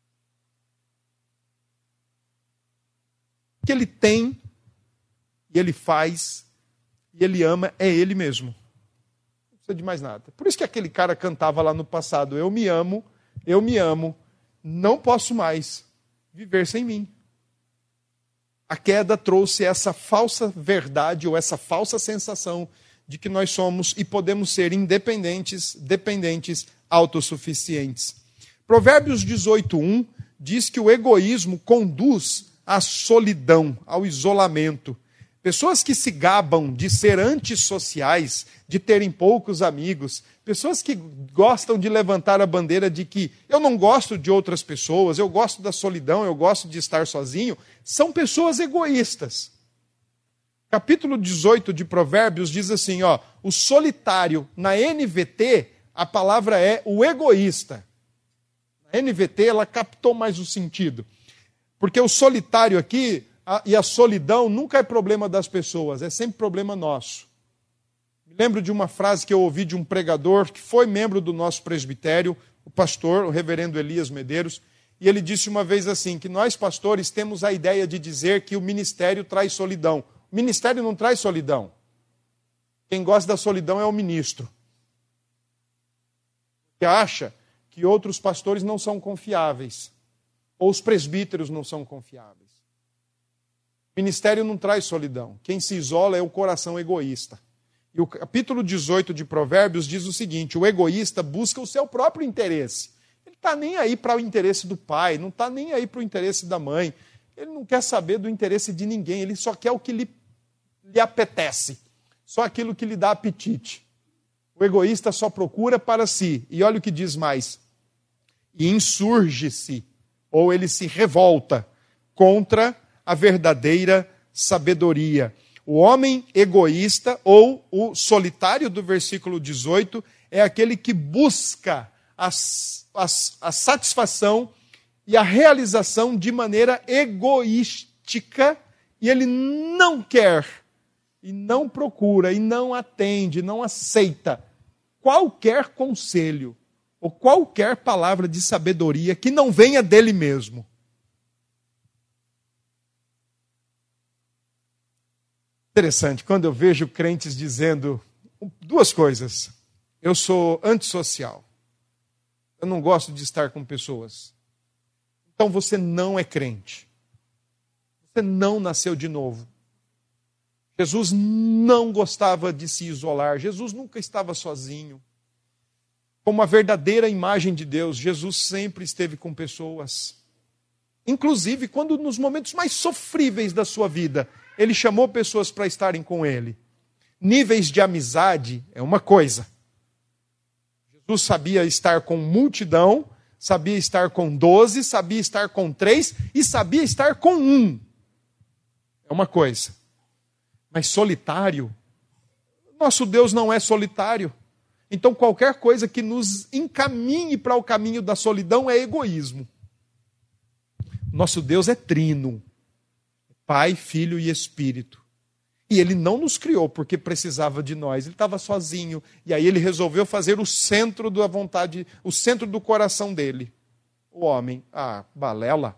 O que ele tem, e ele faz, e ele ama, é ele mesmo. Não precisa de mais nada. Por isso que aquele cara cantava lá no passado, eu me amo, não posso mais viver sem mim. A queda trouxe essa falsa verdade, ou essa falsa sensação de que nós somos e podemos ser independentes, dependentes, autossuficientes. Provérbios 18:1 diz que o egoísmo conduz à solidão, ao isolamento. pessoas que se gabam de ser antissociais, de terem poucos amigos, pessoas que gostam de levantar a bandeira de que eu não gosto de outras pessoas, eu gosto da solidão, eu gosto de estar sozinho, são pessoas egoístas. Capítulo 18 de Provérbios diz assim, o solitário, na NVT, a palavra é o egoísta. Na NVT, ela captou mais o sentido. Porque o solitário aqui e a solidão nunca é problema das pessoas, é sempre problema nosso. Me lembro de uma frase que eu ouvi de um pregador que foi membro do nosso presbitério, o pastor, o reverendo Elias Medeiros, e ele disse uma vez assim, que nós pastores temos a ideia de dizer que o ministério traz solidão. O ministério não traz solidão. Quem gosta da solidão é o ministro. Que acha que outros pastores não são confiáveis. Ou os presbíteros não são confiáveis. O ministério não traz solidão. Quem se isola é o coração egoísta. E o capítulo 18 de Provérbios diz o seguinte, o egoísta busca o seu próprio interesse. Ele está nem aí para o interesse do pai, não está nem aí para o interesse da mãe. Ele não quer saber do interesse de ninguém, ele só quer o que lhe apetece, só aquilo que lhe dá apetite. O egoísta só procura para si. E olha o que diz mais. E insurge-se, ou ele se revolta contra a verdadeira sabedoria. O homem egoísta, ou o solitário do versículo 18, é aquele que busca a satisfação e a realização de maneira egoística, e ele não quer, e não procura, e não atende, não aceita qualquer conselho ou qualquer palavra de sabedoria que não venha dele mesmo. Interessante, quando eu vejo crentes dizendo duas coisas. Eu sou antissocial. Eu não gosto de estar com pessoas. Então você não é crente. Você não nasceu de novo. Jesus não gostava de se isolar. Jesus nunca estava sozinho. Como a verdadeira imagem de Deus, Jesus sempre esteve com pessoas. Inclusive, quando nos momentos mais sofríveis da sua vida, ele chamou pessoas para estarem com ele. Níveis de amizade é uma coisa. Jesus sabia estar com multidão, sabia estar com 12, sabia estar com 3 e sabia estar com 1. É uma coisa. Mas solitário, nosso Deus não é solitário. Então qualquer coisa que nos encaminhe para o caminho da solidão é egoísmo. Nosso Deus é trino. Pai, Filho e Espírito. E ele não nos criou porque precisava de nós. Ele estava sozinho. E aí ele resolveu fazer o centro da vontade, o centro do coração dele. O homem. Balela.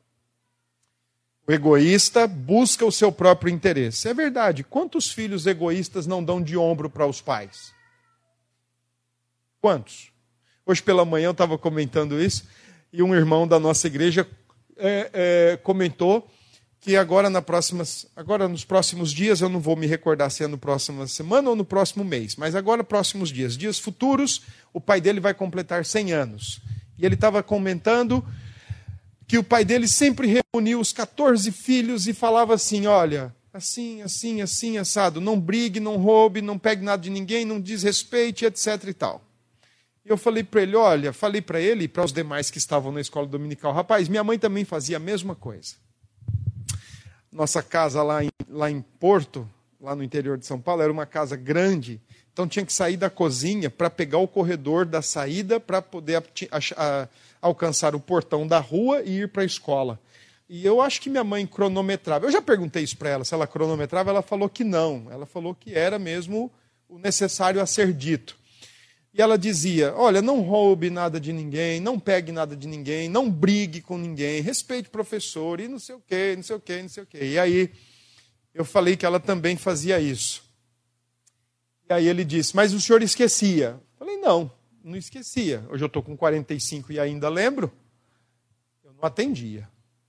O egoísta busca o seu próprio interesse. É verdade. Quantos filhos egoístas não dão de ombro para os pais? Quantos? Hoje pela manhã eu estava comentando isso. E um irmão da nossa igreja comentou que agora nos próximos dias, eu não vou me recordar se é no próxima semana ou no próximo mês, mas agora próximos dias futuros, o pai dele vai completar 100 anos. E ele estava comentando que o pai dele sempre reuniu os 14 filhos e falava assim, olha, assim, assado, não brigue, não roube, não pegue nada de ninguém, não desrespeite, etc e tal. E eu falei para ele, falei para ele e para os demais que estavam na escola dominical, rapaz, minha mãe também fazia a mesma coisa. Nossa casa lá em Porto, lá no interior de São Paulo, era uma casa grande, então tinha que sair da cozinha para pegar o corredor da saída para poder alcançar o portão da rua e ir para a escola. E eu acho que minha mãe cronometrava. Eu já perguntei isso para ela, se ela cronometrava, ela falou que não. Ela falou que era mesmo o necessário a ser dito. E ela dizia, olha, não roube nada de ninguém, não pegue nada de ninguém, não brigue com ninguém, respeite o professor e não sei o quê, não sei o quê, não sei o quê. E aí eu falei que ela também fazia isso. E aí ele disse, mas o senhor esquecia? Eu falei, não esquecia. Hoje eu estou com 45 e ainda lembro. Eu não atendia.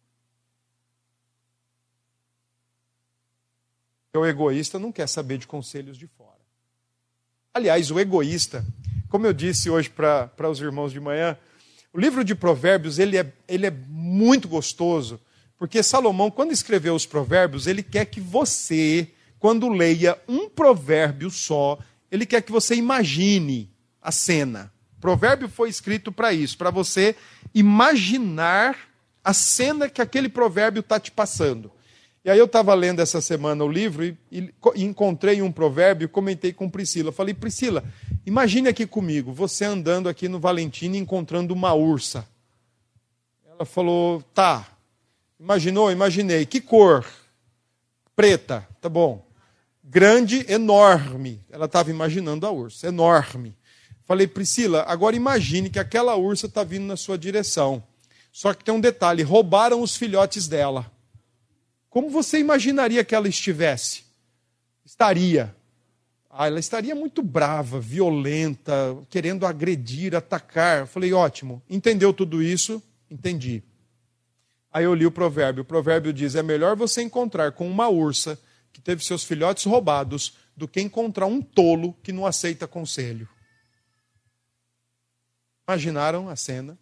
O egoísta não quer saber de conselhos de fora. Aliás, o egoísta, como eu disse hoje para os irmãos de manhã, o livro de Provérbios ele é muito gostoso, Porque Salomão, quando escreveu os provérbios, ele quer que você, quando leia um provérbio só, ele quer que você imagine a cena. O provérbio foi escrito para isso, para você imaginar a cena que aquele provérbio está te passando. E aí eu estava lendo essa semana o livro e encontrei um provérbio e comentei com Priscila. Eu falei, Priscila, imagine aqui comigo, você andando aqui no Valentim e encontrando uma ursa. Ela falou, tá. Imaginou? Imaginei. Que cor? Preta. Tá bom. Grande, enorme. Ela estava imaginando a ursa. Enorme. Falei, Priscila, agora imagine que aquela ursa está vindo na sua direção. Só que tem um detalhe, roubaram os filhotes dela. Como você imaginaria que ela estivesse? Estaria. Ela estaria muito brava, violenta, querendo agredir, atacar. Falei, ótimo. Entendeu tudo isso? Entendi. Aí eu li o provérbio diz, é melhor você encontrar com uma ursa que teve seus filhotes roubados do que encontrar um tolo que não aceita conselho. Imaginaram a cena?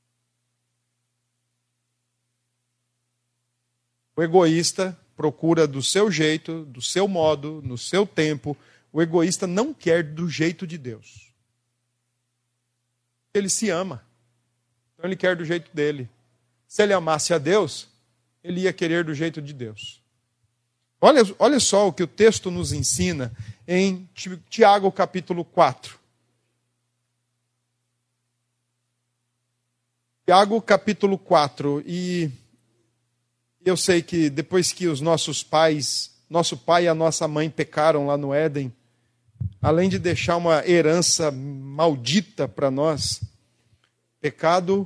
O egoísta procura do seu jeito, do seu modo, no seu tempo. O egoísta não quer do jeito de Deus. Ele se ama. Então ele quer do jeito dele. Se ele amasse a Deus, ele ia querer do jeito de Deus. Olha só o que o texto nos ensina em Tiago capítulo 4. Tiago capítulo 4. E eu sei que depois que os nossos pais, nosso pai e a nossa mãe pecaram lá no Éden, além de deixar uma herança maldita para nós, pecado,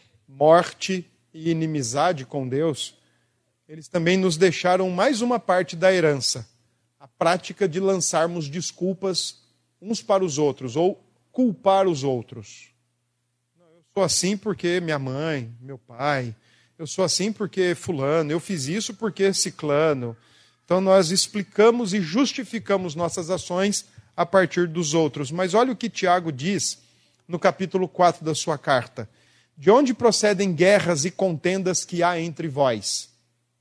morte e inimizade com Deus, eles também nos deixaram mais uma parte da herança, a prática de lançarmos desculpas uns para os outros, ou culpar os outros. Eu sou assim porque minha mãe, meu pai, eu sou assim porque fulano, eu fiz isso porque ciclano. Então nós explicamos e justificamos nossas ações a partir dos outros. Mas olha o que Tiago diz no capítulo 4 da sua carta. De onde procedem guerras e contendas que há entre vós?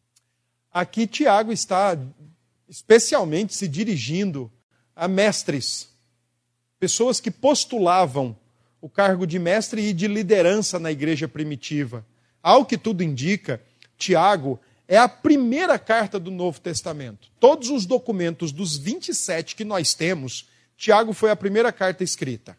Aqui Tiago está especialmente se dirigindo a mestres, pessoas que postulavam o cargo de mestre e de liderança na igreja primitiva. Ao que tudo indica, Tiago é a primeira carta do Novo Testamento. Todos os documentos dos 27 que nós temos, Tiago foi a primeira carta escrita.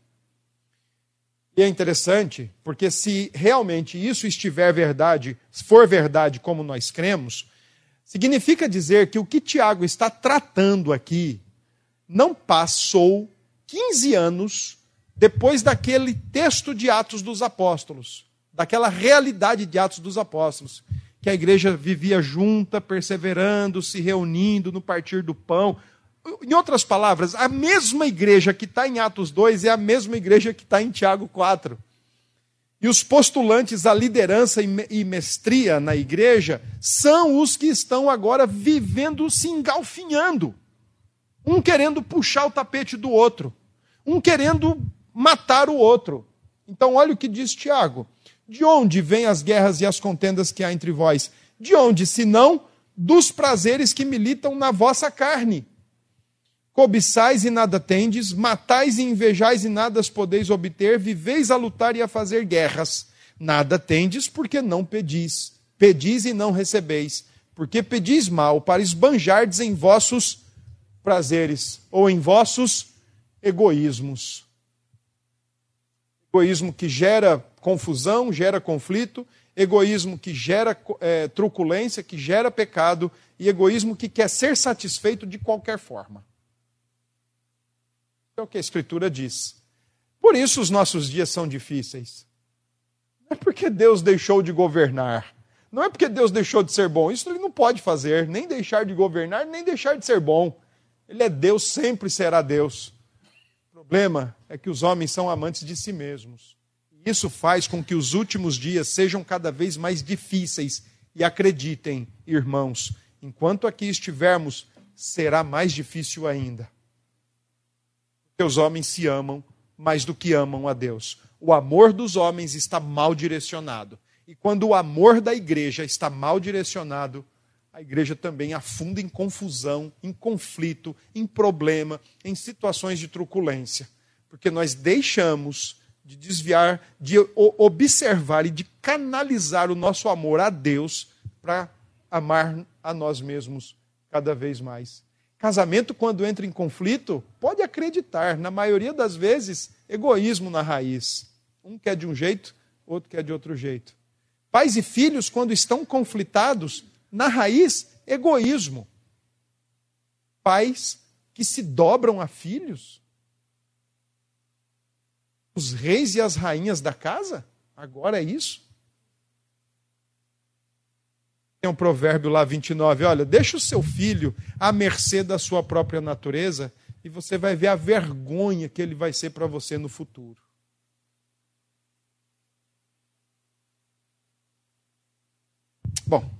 E é interessante, porque se realmente isso estiver verdade, se for verdade como nós cremos, significa dizer que o que Tiago está tratando aqui não passou 15 anos depois daquele texto de Atos dos Apóstolos, daquela realidade de Atos dos Apóstolos, que a igreja vivia junta, perseverando, se reunindo no partir do pão. Em outras palavras, a mesma igreja que está em Atos 2 é a mesma igreja que está em Tiago 4. E os postulantes à liderança e mestria na igreja são os que estão agora vivendo, se engalfinhando. Um querendo puxar o tapete do outro. Um querendo matar o outro. Então olha o que diz Tiago. De onde vêm as guerras e as contendas que há entre vós? De onde, senão dos prazeres que militam na vossa carne? Cobiçais e nada tendes, matais e invejais e nada as podeis obter, viveis a lutar e a fazer guerras. Nada tendes porque não pedis. Pedis e não recebeis, porque pedis mal para esbanjardes em vossos prazeres ou em vossos egoísmos. Egoísmo que gera confusão, gera conflito, egoísmo que gera truculência, que gera pecado, e egoísmo que quer ser satisfeito de qualquer forma. É o que a Escritura diz. Por isso os nossos dias são difíceis. Não é porque Deus deixou de governar. Não é porque Deus deixou de ser bom. Isso ele não pode fazer. Nem deixar de governar, nem deixar de ser bom. Ele é Deus, sempre será Deus. O problema é que os homens são amantes de si mesmos. E isso faz com que os últimos dias sejam cada vez mais difíceis. E acreditem, irmãos, enquanto aqui estivermos, será mais difícil ainda. Porque os homens se amam mais do que amam a Deus. O amor dos homens está mal direcionado. E quando o amor da igreja está mal direcionado, a igreja também afunda em confusão, em conflito, em problema, em situações de truculência. Porque nós deixamos de desviar, de observar e de canalizar o nosso amor a Deus para amar a nós mesmos cada vez mais. Casamento, quando entra em conflito, pode acreditar, na maioria das vezes, egoísmo na raiz. Um quer de um jeito, outro quer de outro jeito. Pais e filhos, quando estão conflitados, na raiz, egoísmo. Pais que se dobram a filhos. Os reis e as rainhas da casa? Agora é isso? Tem um provérbio lá 29, olha, deixa o seu filho à mercê da sua própria natureza e você vai ver a vergonha que ele vai ser para você no futuro. Bom,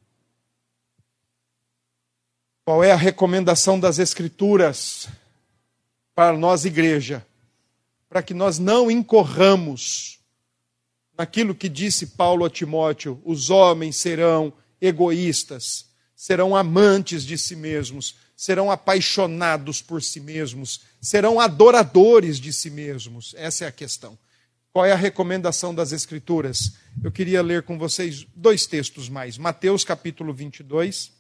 qual é a recomendação das Escrituras para nós, igreja? Para que nós não incorramos naquilo que disse Paulo a Timóteo, os homens serão egoístas, serão amantes de si mesmos, serão apaixonados por si mesmos, serão adoradores de si mesmos. Essa é a questão. Qual é a recomendação das Escrituras? Eu queria ler com vocês 2 textos mais. Mateus capítulo 22.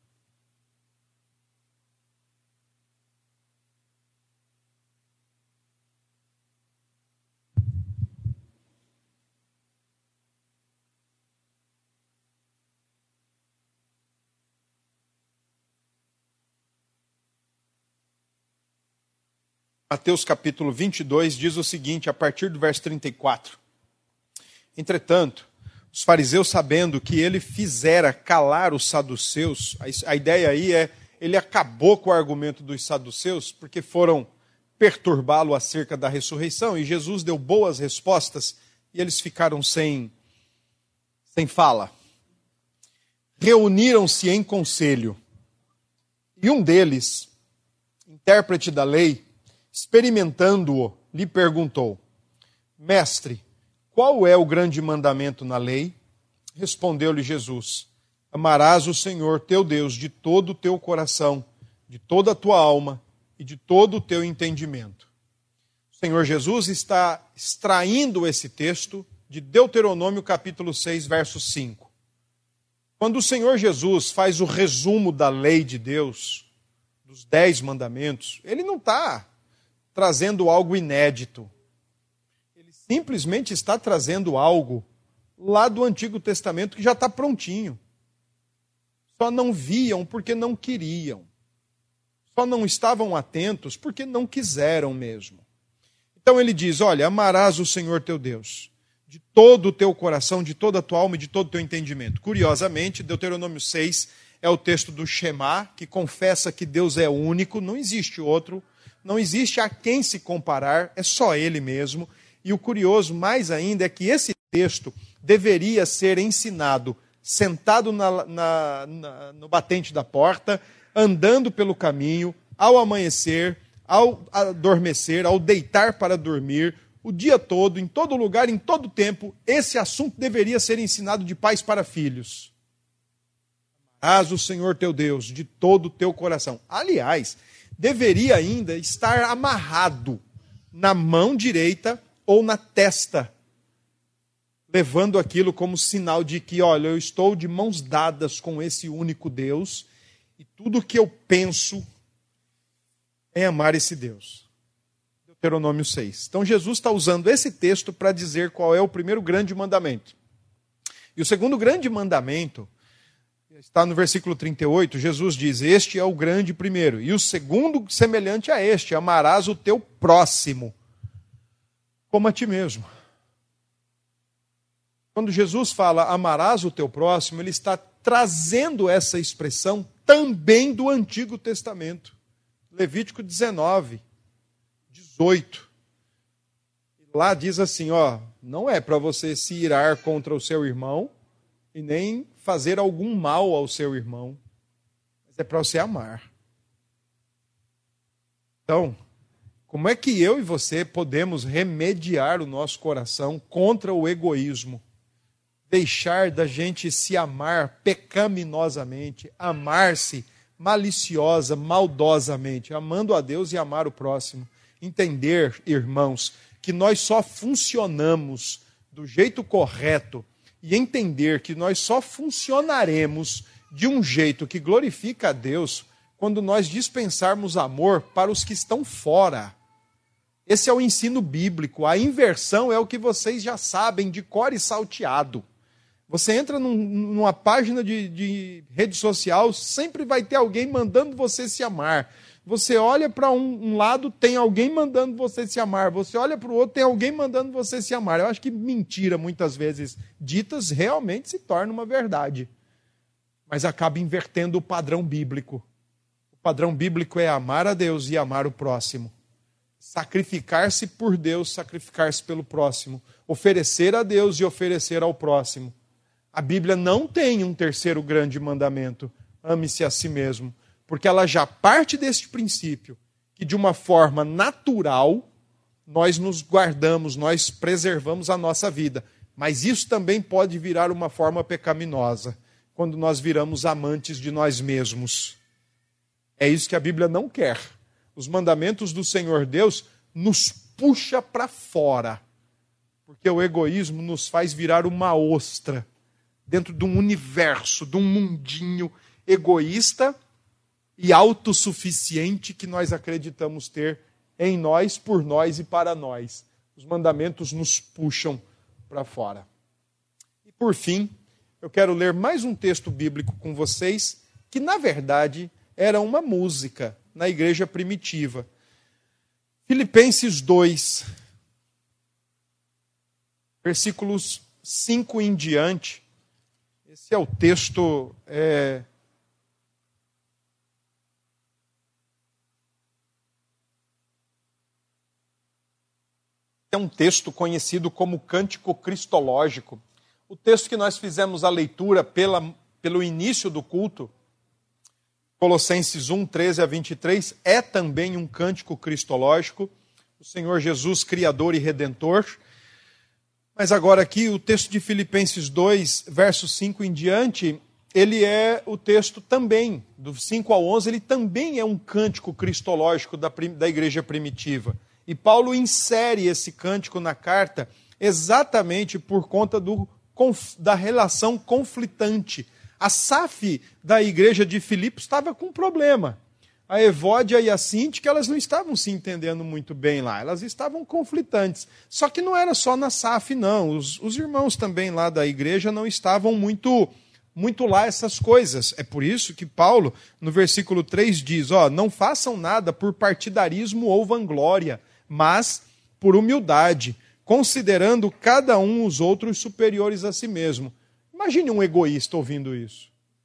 Mateus capítulo 22 diz o seguinte, a partir do verso 34. Entretanto, os fariseus, sabendo que ele fizera calar os saduceus, a ideia aí é, ele acabou com o argumento dos saduceus, porque foram perturbá-lo acerca da ressurreição, e Jesus deu boas respostas, e eles ficaram sem fala. Reuniram-se em conselho, e um deles, intérprete da lei, experimentando-o, lhe perguntou, mestre, qual é o grande mandamento na lei? Respondeu-lhe Jesus, amarás o Senhor teu Deus de todo o teu coração, de toda a tua alma e de todo o teu entendimento. O Senhor Jesus está extraindo esse texto de Deuteronômio capítulo 6, verso 5. Quando o Senhor Jesus faz o resumo da lei de Deus, dos 10 mandamentos, ele não está trazendo algo inédito. Ele simplesmente está trazendo algo lá do Antigo Testamento que já está prontinho. Só não viam porque não queriam. Só não estavam atentos porque não quiseram mesmo. Então ele diz, olha, amarás o Senhor teu Deus de todo o teu coração, de toda a tua alma e de todo o teu entendimento. Curiosamente, Deuteronômio 6 é o texto do Shema, que confessa que Deus é único, não existe outro. Não existe a quem se comparar, é só ele mesmo. E o curioso mais ainda é que esse texto deveria ser ensinado sentado no batente da porta, andando pelo caminho, ao amanhecer, ao adormecer, ao deitar para dormir, o dia todo, em todo lugar, em todo tempo. Esse assunto deveria ser ensinado de pais para filhos. Amarás o Senhor teu Deus de todo o teu coração. Aliás, deveria ainda estar amarrado na mão direita ou na testa, levando aquilo como sinal de que, olha, eu estou de mãos dadas com esse único Deus e tudo o que eu penso é amar esse Deus. Deuteronômio 6. Então Jesus está usando esse texto para dizer qual é o primeiro grande mandamento. E o segundo grande mandamento está no versículo 38, Jesus diz, este é o grande primeiro. E o segundo, semelhante a este, amarás o teu próximo como a ti mesmo. Quando Jesus fala amarás o teu próximo, ele está trazendo essa expressão também do Antigo Testamento. Levítico 19, 18. Lá diz assim, ó, não é para você se irar contra o seu irmão e nem fazer algum mal ao seu irmão, mas é para você amar. Então, como é que eu e você podemos remediar o nosso coração contra o egoísmo? deixar da gente se amar pecaminosamente, amar-se maliciosa, maldosamente, amando a Deus e amar o próximo. Entender, irmãos, que nós só funcionamos do jeito correto e entender que nós só funcionaremos de um jeito que glorifica a Deus quando nós dispensarmos amor para os que estão fora. Esse é o ensino bíblico. A inversão é o que vocês já sabem de cor e salteado. Você entra numa página de rede social, sempre vai ter alguém mandando você se amar. Você olha para um lado, tem alguém mandando você se amar. Você olha para o outro, tem alguém mandando você se amar. Eu acho que mentira, muitas vezes ditas, realmente se torna uma verdade. Mas acaba invertendo o padrão bíblico. O padrão bíblico é amar a Deus e amar o próximo. Sacrificar-se por Deus, sacrificar-se pelo próximo. Oferecer a Deus e oferecer ao próximo. A Bíblia não tem um terceiro grande mandamento, ame-se a si mesmo, porque ela já parte deste princípio, que de uma forma natural nós nos guardamos, nós preservamos a nossa vida. Mas isso também pode virar uma forma pecaminosa, quando nós viramos amantes de nós mesmos. É isso que a Bíblia não quer. Os mandamentos do Senhor Deus nos puxa para fora, porque o egoísmo nos faz virar uma ostra, dentro de um universo, de um mundinho egoísta e autossuficiente que nós acreditamos ter em nós, por nós e para nós. Os mandamentos nos puxam para fora. E por fim, eu quero ler mais um texto bíblico com vocês, que na verdade era uma música na igreja primitiva. Filipenses 2, versículos 5 em diante. Esse é o texto é um texto conhecido como Cântico Cristológico. O texto que nós fizemos a leitura pelo início do culto, Colossenses 1, 13 a 23, é também um cântico cristológico. O Senhor Jesus, Criador e Redentor. Mas agora aqui, o texto de Filipenses 2, verso 5 em diante, ele é o texto também, do 5 ao 11, ele também é um cântico cristológico da igreja primitiva. E Paulo insere esse cântico na carta exatamente por conta da relação conflitante. A SAF da igreja de Filipos estava com um problema. A Evódia e a Sintique, elas não estavam se entendendo muito bem lá, elas estavam conflitantes. Só que não era só na SAF, não. Os irmãos também lá da igreja não estavam muito lá essas coisas. É por isso que Paulo, no versículo 3, diz, não façam nada por partidarismo ou vanglória, mas por humildade, considerando cada um os outros superiores a si mesmo. Imagine um egoísta ouvindo isso.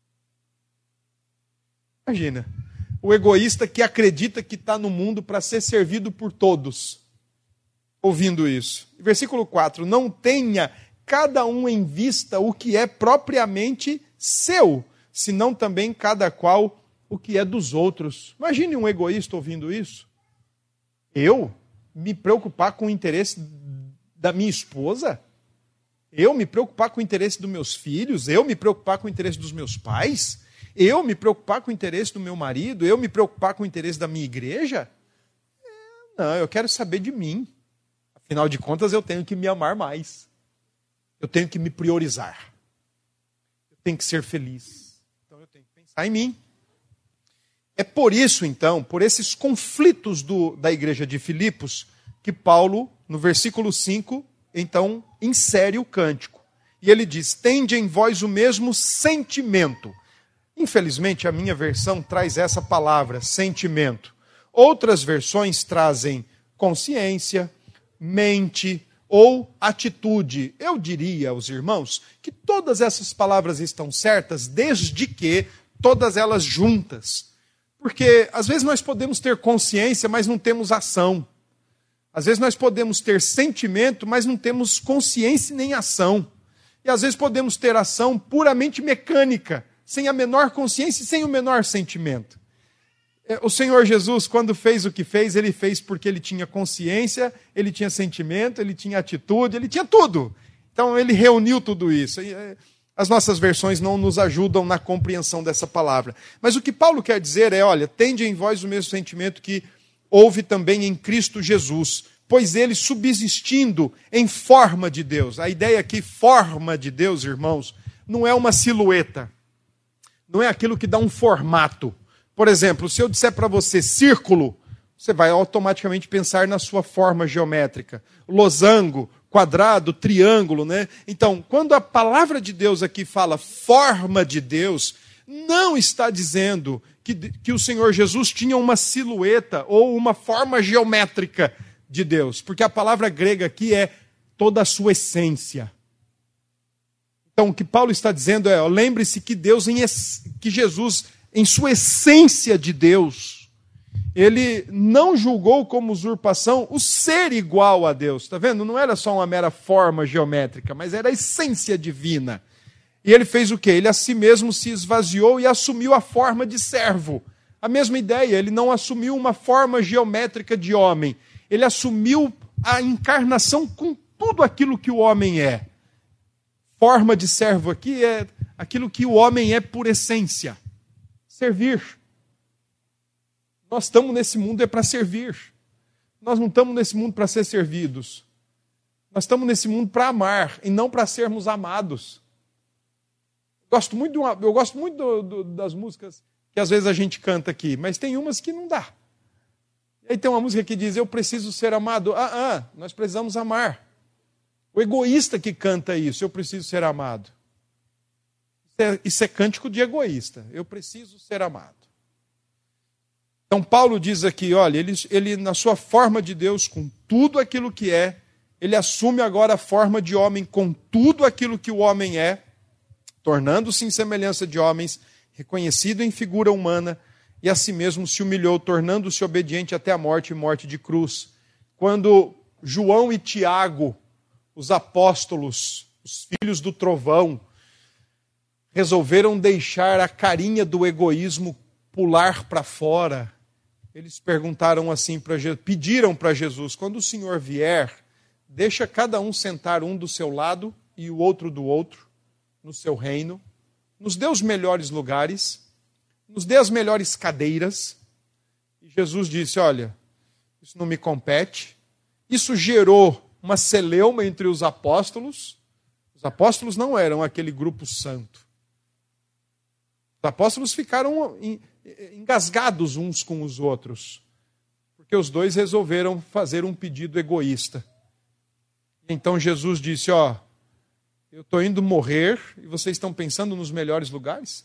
Imagina. O egoísta que acredita que está no mundo para ser servido por todos, ouvindo isso. Versículo 4, não tenha cada um em vista o que é propriamente seu, senão também cada qual o que é dos outros. Imagine um egoísta ouvindo isso. Eu me preocupar com o interesse da minha esposa? Eu me preocupar com o interesse dos meus filhos? Eu me preocupar com o interesse dos meus pais? Eu me preocupar com o interesse do meu marido? Eu me preocupar com o interesse da minha igreja? Não, eu quero saber de mim. Afinal de contas, eu tenho que me amar mais. Eu tenho que me priorizar. Eu tenho que ser feliz. Então eu tenho que pensar em mim. É por isso, então, por esses conflitos da igreja de Filipos, que Paulo, no versículo 5, então, insere o cântico. E ele diz, tende em vós o mesmo sentimento. Infelizmente, a minha versão traz essa palavra, sentimento. Outras versões trazem consciência, mente ou atitude. Eu diria aos irmãos que todas essas palavras estão certas, desde que todas elas juntas. Porque às vezes nós podemos ter consciência, mas não temos ação. Às vezes nós podemos ter sentimento, mas não temos consciência nem ação. E às vezes podemos ter ação puramente mecânica, sem a menor consciência e sem o menor sentimento. O Senhor Jesus, quando fez o que fez, ele fez porque ele tinha consciência, ele tinha sentimento, ele tinha atitude, ele tinha tudo. Então ele reuniu tudo isso. As nossas versões não nos ajudam na compreensão dessa palavra. Mas o que Paulo quer dizer é, olha, tende em vós o mesmo sentimento que houve também em Cristo Jesus, pois ele subsistindo em forma de Deus. A ideia aqui, forma de Deus, irmãos, não é uma silhueta. Não é aquilo que dá um formato. Por exemplo, se eu disser para você círculo, você vai automaticamente pensar na sua forma geométrica. Losango, quadrado, triângulo, né? Então, quando a palavra de Deus aqui fala forma de Deus, não está dizendo que o Senhor Jesus tinha uma silhueta ou uma forma geométrica de Deus, porque a palavra grega aqui é toda a sua essência. Então, o que Paulo está dizendo é, lembre-se que que Jesus, em sua essência de Deus, ele não julgou como usurpação o ser igual a Deus. Está vendo? Não era só uma mera forma geométrica, mas era a essência divina. E ele fez o quê? Ele a si mesmo se esvaziou e assumiu a forma de servo. A mesma ideia, ele não assumiu uma forma geométrica de homem. Ele assumiu a encarnação com tudo aquilo que o homem é. Forma de servo aqui é aquilo que o homem é por essência. Servir. Nós estamos nesse mundo para servir. Nós não estamos nesse mundo para ser servidos. Nós estamos nesse mundo para amar e não para sermos amados. Eu gosto muito das músicas que às vezes a gente canta aqui, mas tem umas que não dá. E aí tem uma música que diz, eu preciso ser amado. Nós precisamos amar. O egoísta que canta isso, eu preciso ser amado. Isso é cântico de egoísta. Eu preciso ser amado. Então Paulo diz aqui, olha, ele na sua forma de Deus, com tudo aquilo que é, ele assume agora a forma de homem com tudo aquilo que o homem é, tornando-se em semelhança de homens, reconhecido em figura humana, e a si mesmo se humilhou, tornando-se obediente até a morte e morte de cruz. Quando João e Tiago, os apóstolos, os filhos do trovão, resolveram deixar a carinha do egoísmo pular para fora, eles perguntaram assim para Jesus, pediram para Jesus, quando o Senhor vier, deixa cada um sentar um do seu lado e o outro do outro, no seu reino, nos dê os melhores lugares, nos dê as melhores cadeiras. E Jesus disse, olha, isso não me compete. Isso gerou uma celeuma entre os apóstolos. Os apóstolos não eram aquele grupo santo. Os apóstolos ficaram engasgados uns com os outros, porque os dois resolveram fazer um pedido egoísta. Então Jesus disse, eu estou indo morrer e vocês estão pensando nos melhores lugares?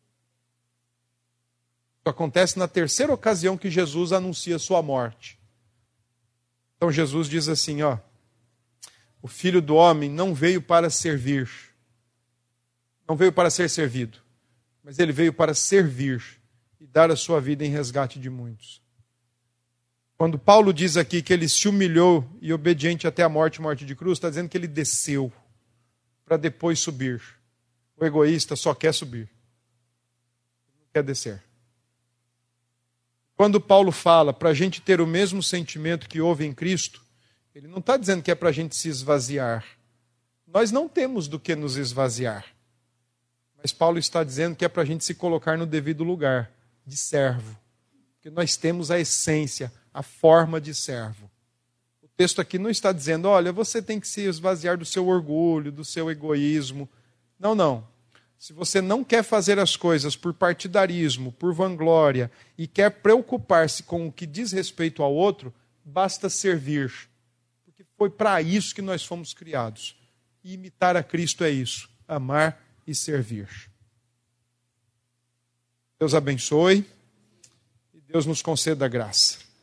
Isso acontece na terceira ocasião que Jesus anuncia sua morte. Então Jesus diz assim, o Filho do Homem não veio para servir, não veio para ser servido, mas ele veio para servir e dar a sua vida em resgate de muitos. Quando Paulo diz aqui que ele se humilhou e obediente até a morte de cruz, está dizendo que ele desceu para depois subir. O egoísta só quer subir, não quer descer. Quando Paulo fala para a gente ter o mesmo sentimento que houve em Cristo, ele não está dizendo que é para a gente se esvaziar. Nós não temos do que nos esvaziar. Mas Paulo está dizendo que é para a gente se colocar no devido lugar, de servo. Porque nós temos a essência, a forma de servo. O texto aqui não está dizendo, olha, você tem que se esvaziar do seu orgulho, do seu egoísmo. Não. Se você não quer fazer as coisas por partidarismo, por vanglória, e quer preocupar-se com o que diz respeito ao outro, basta servir. Porque foi para isso que nós fomos criados. E imitar a Cristo é isso, amar e servir. Deus abençoe e Deus nos conceda a graça.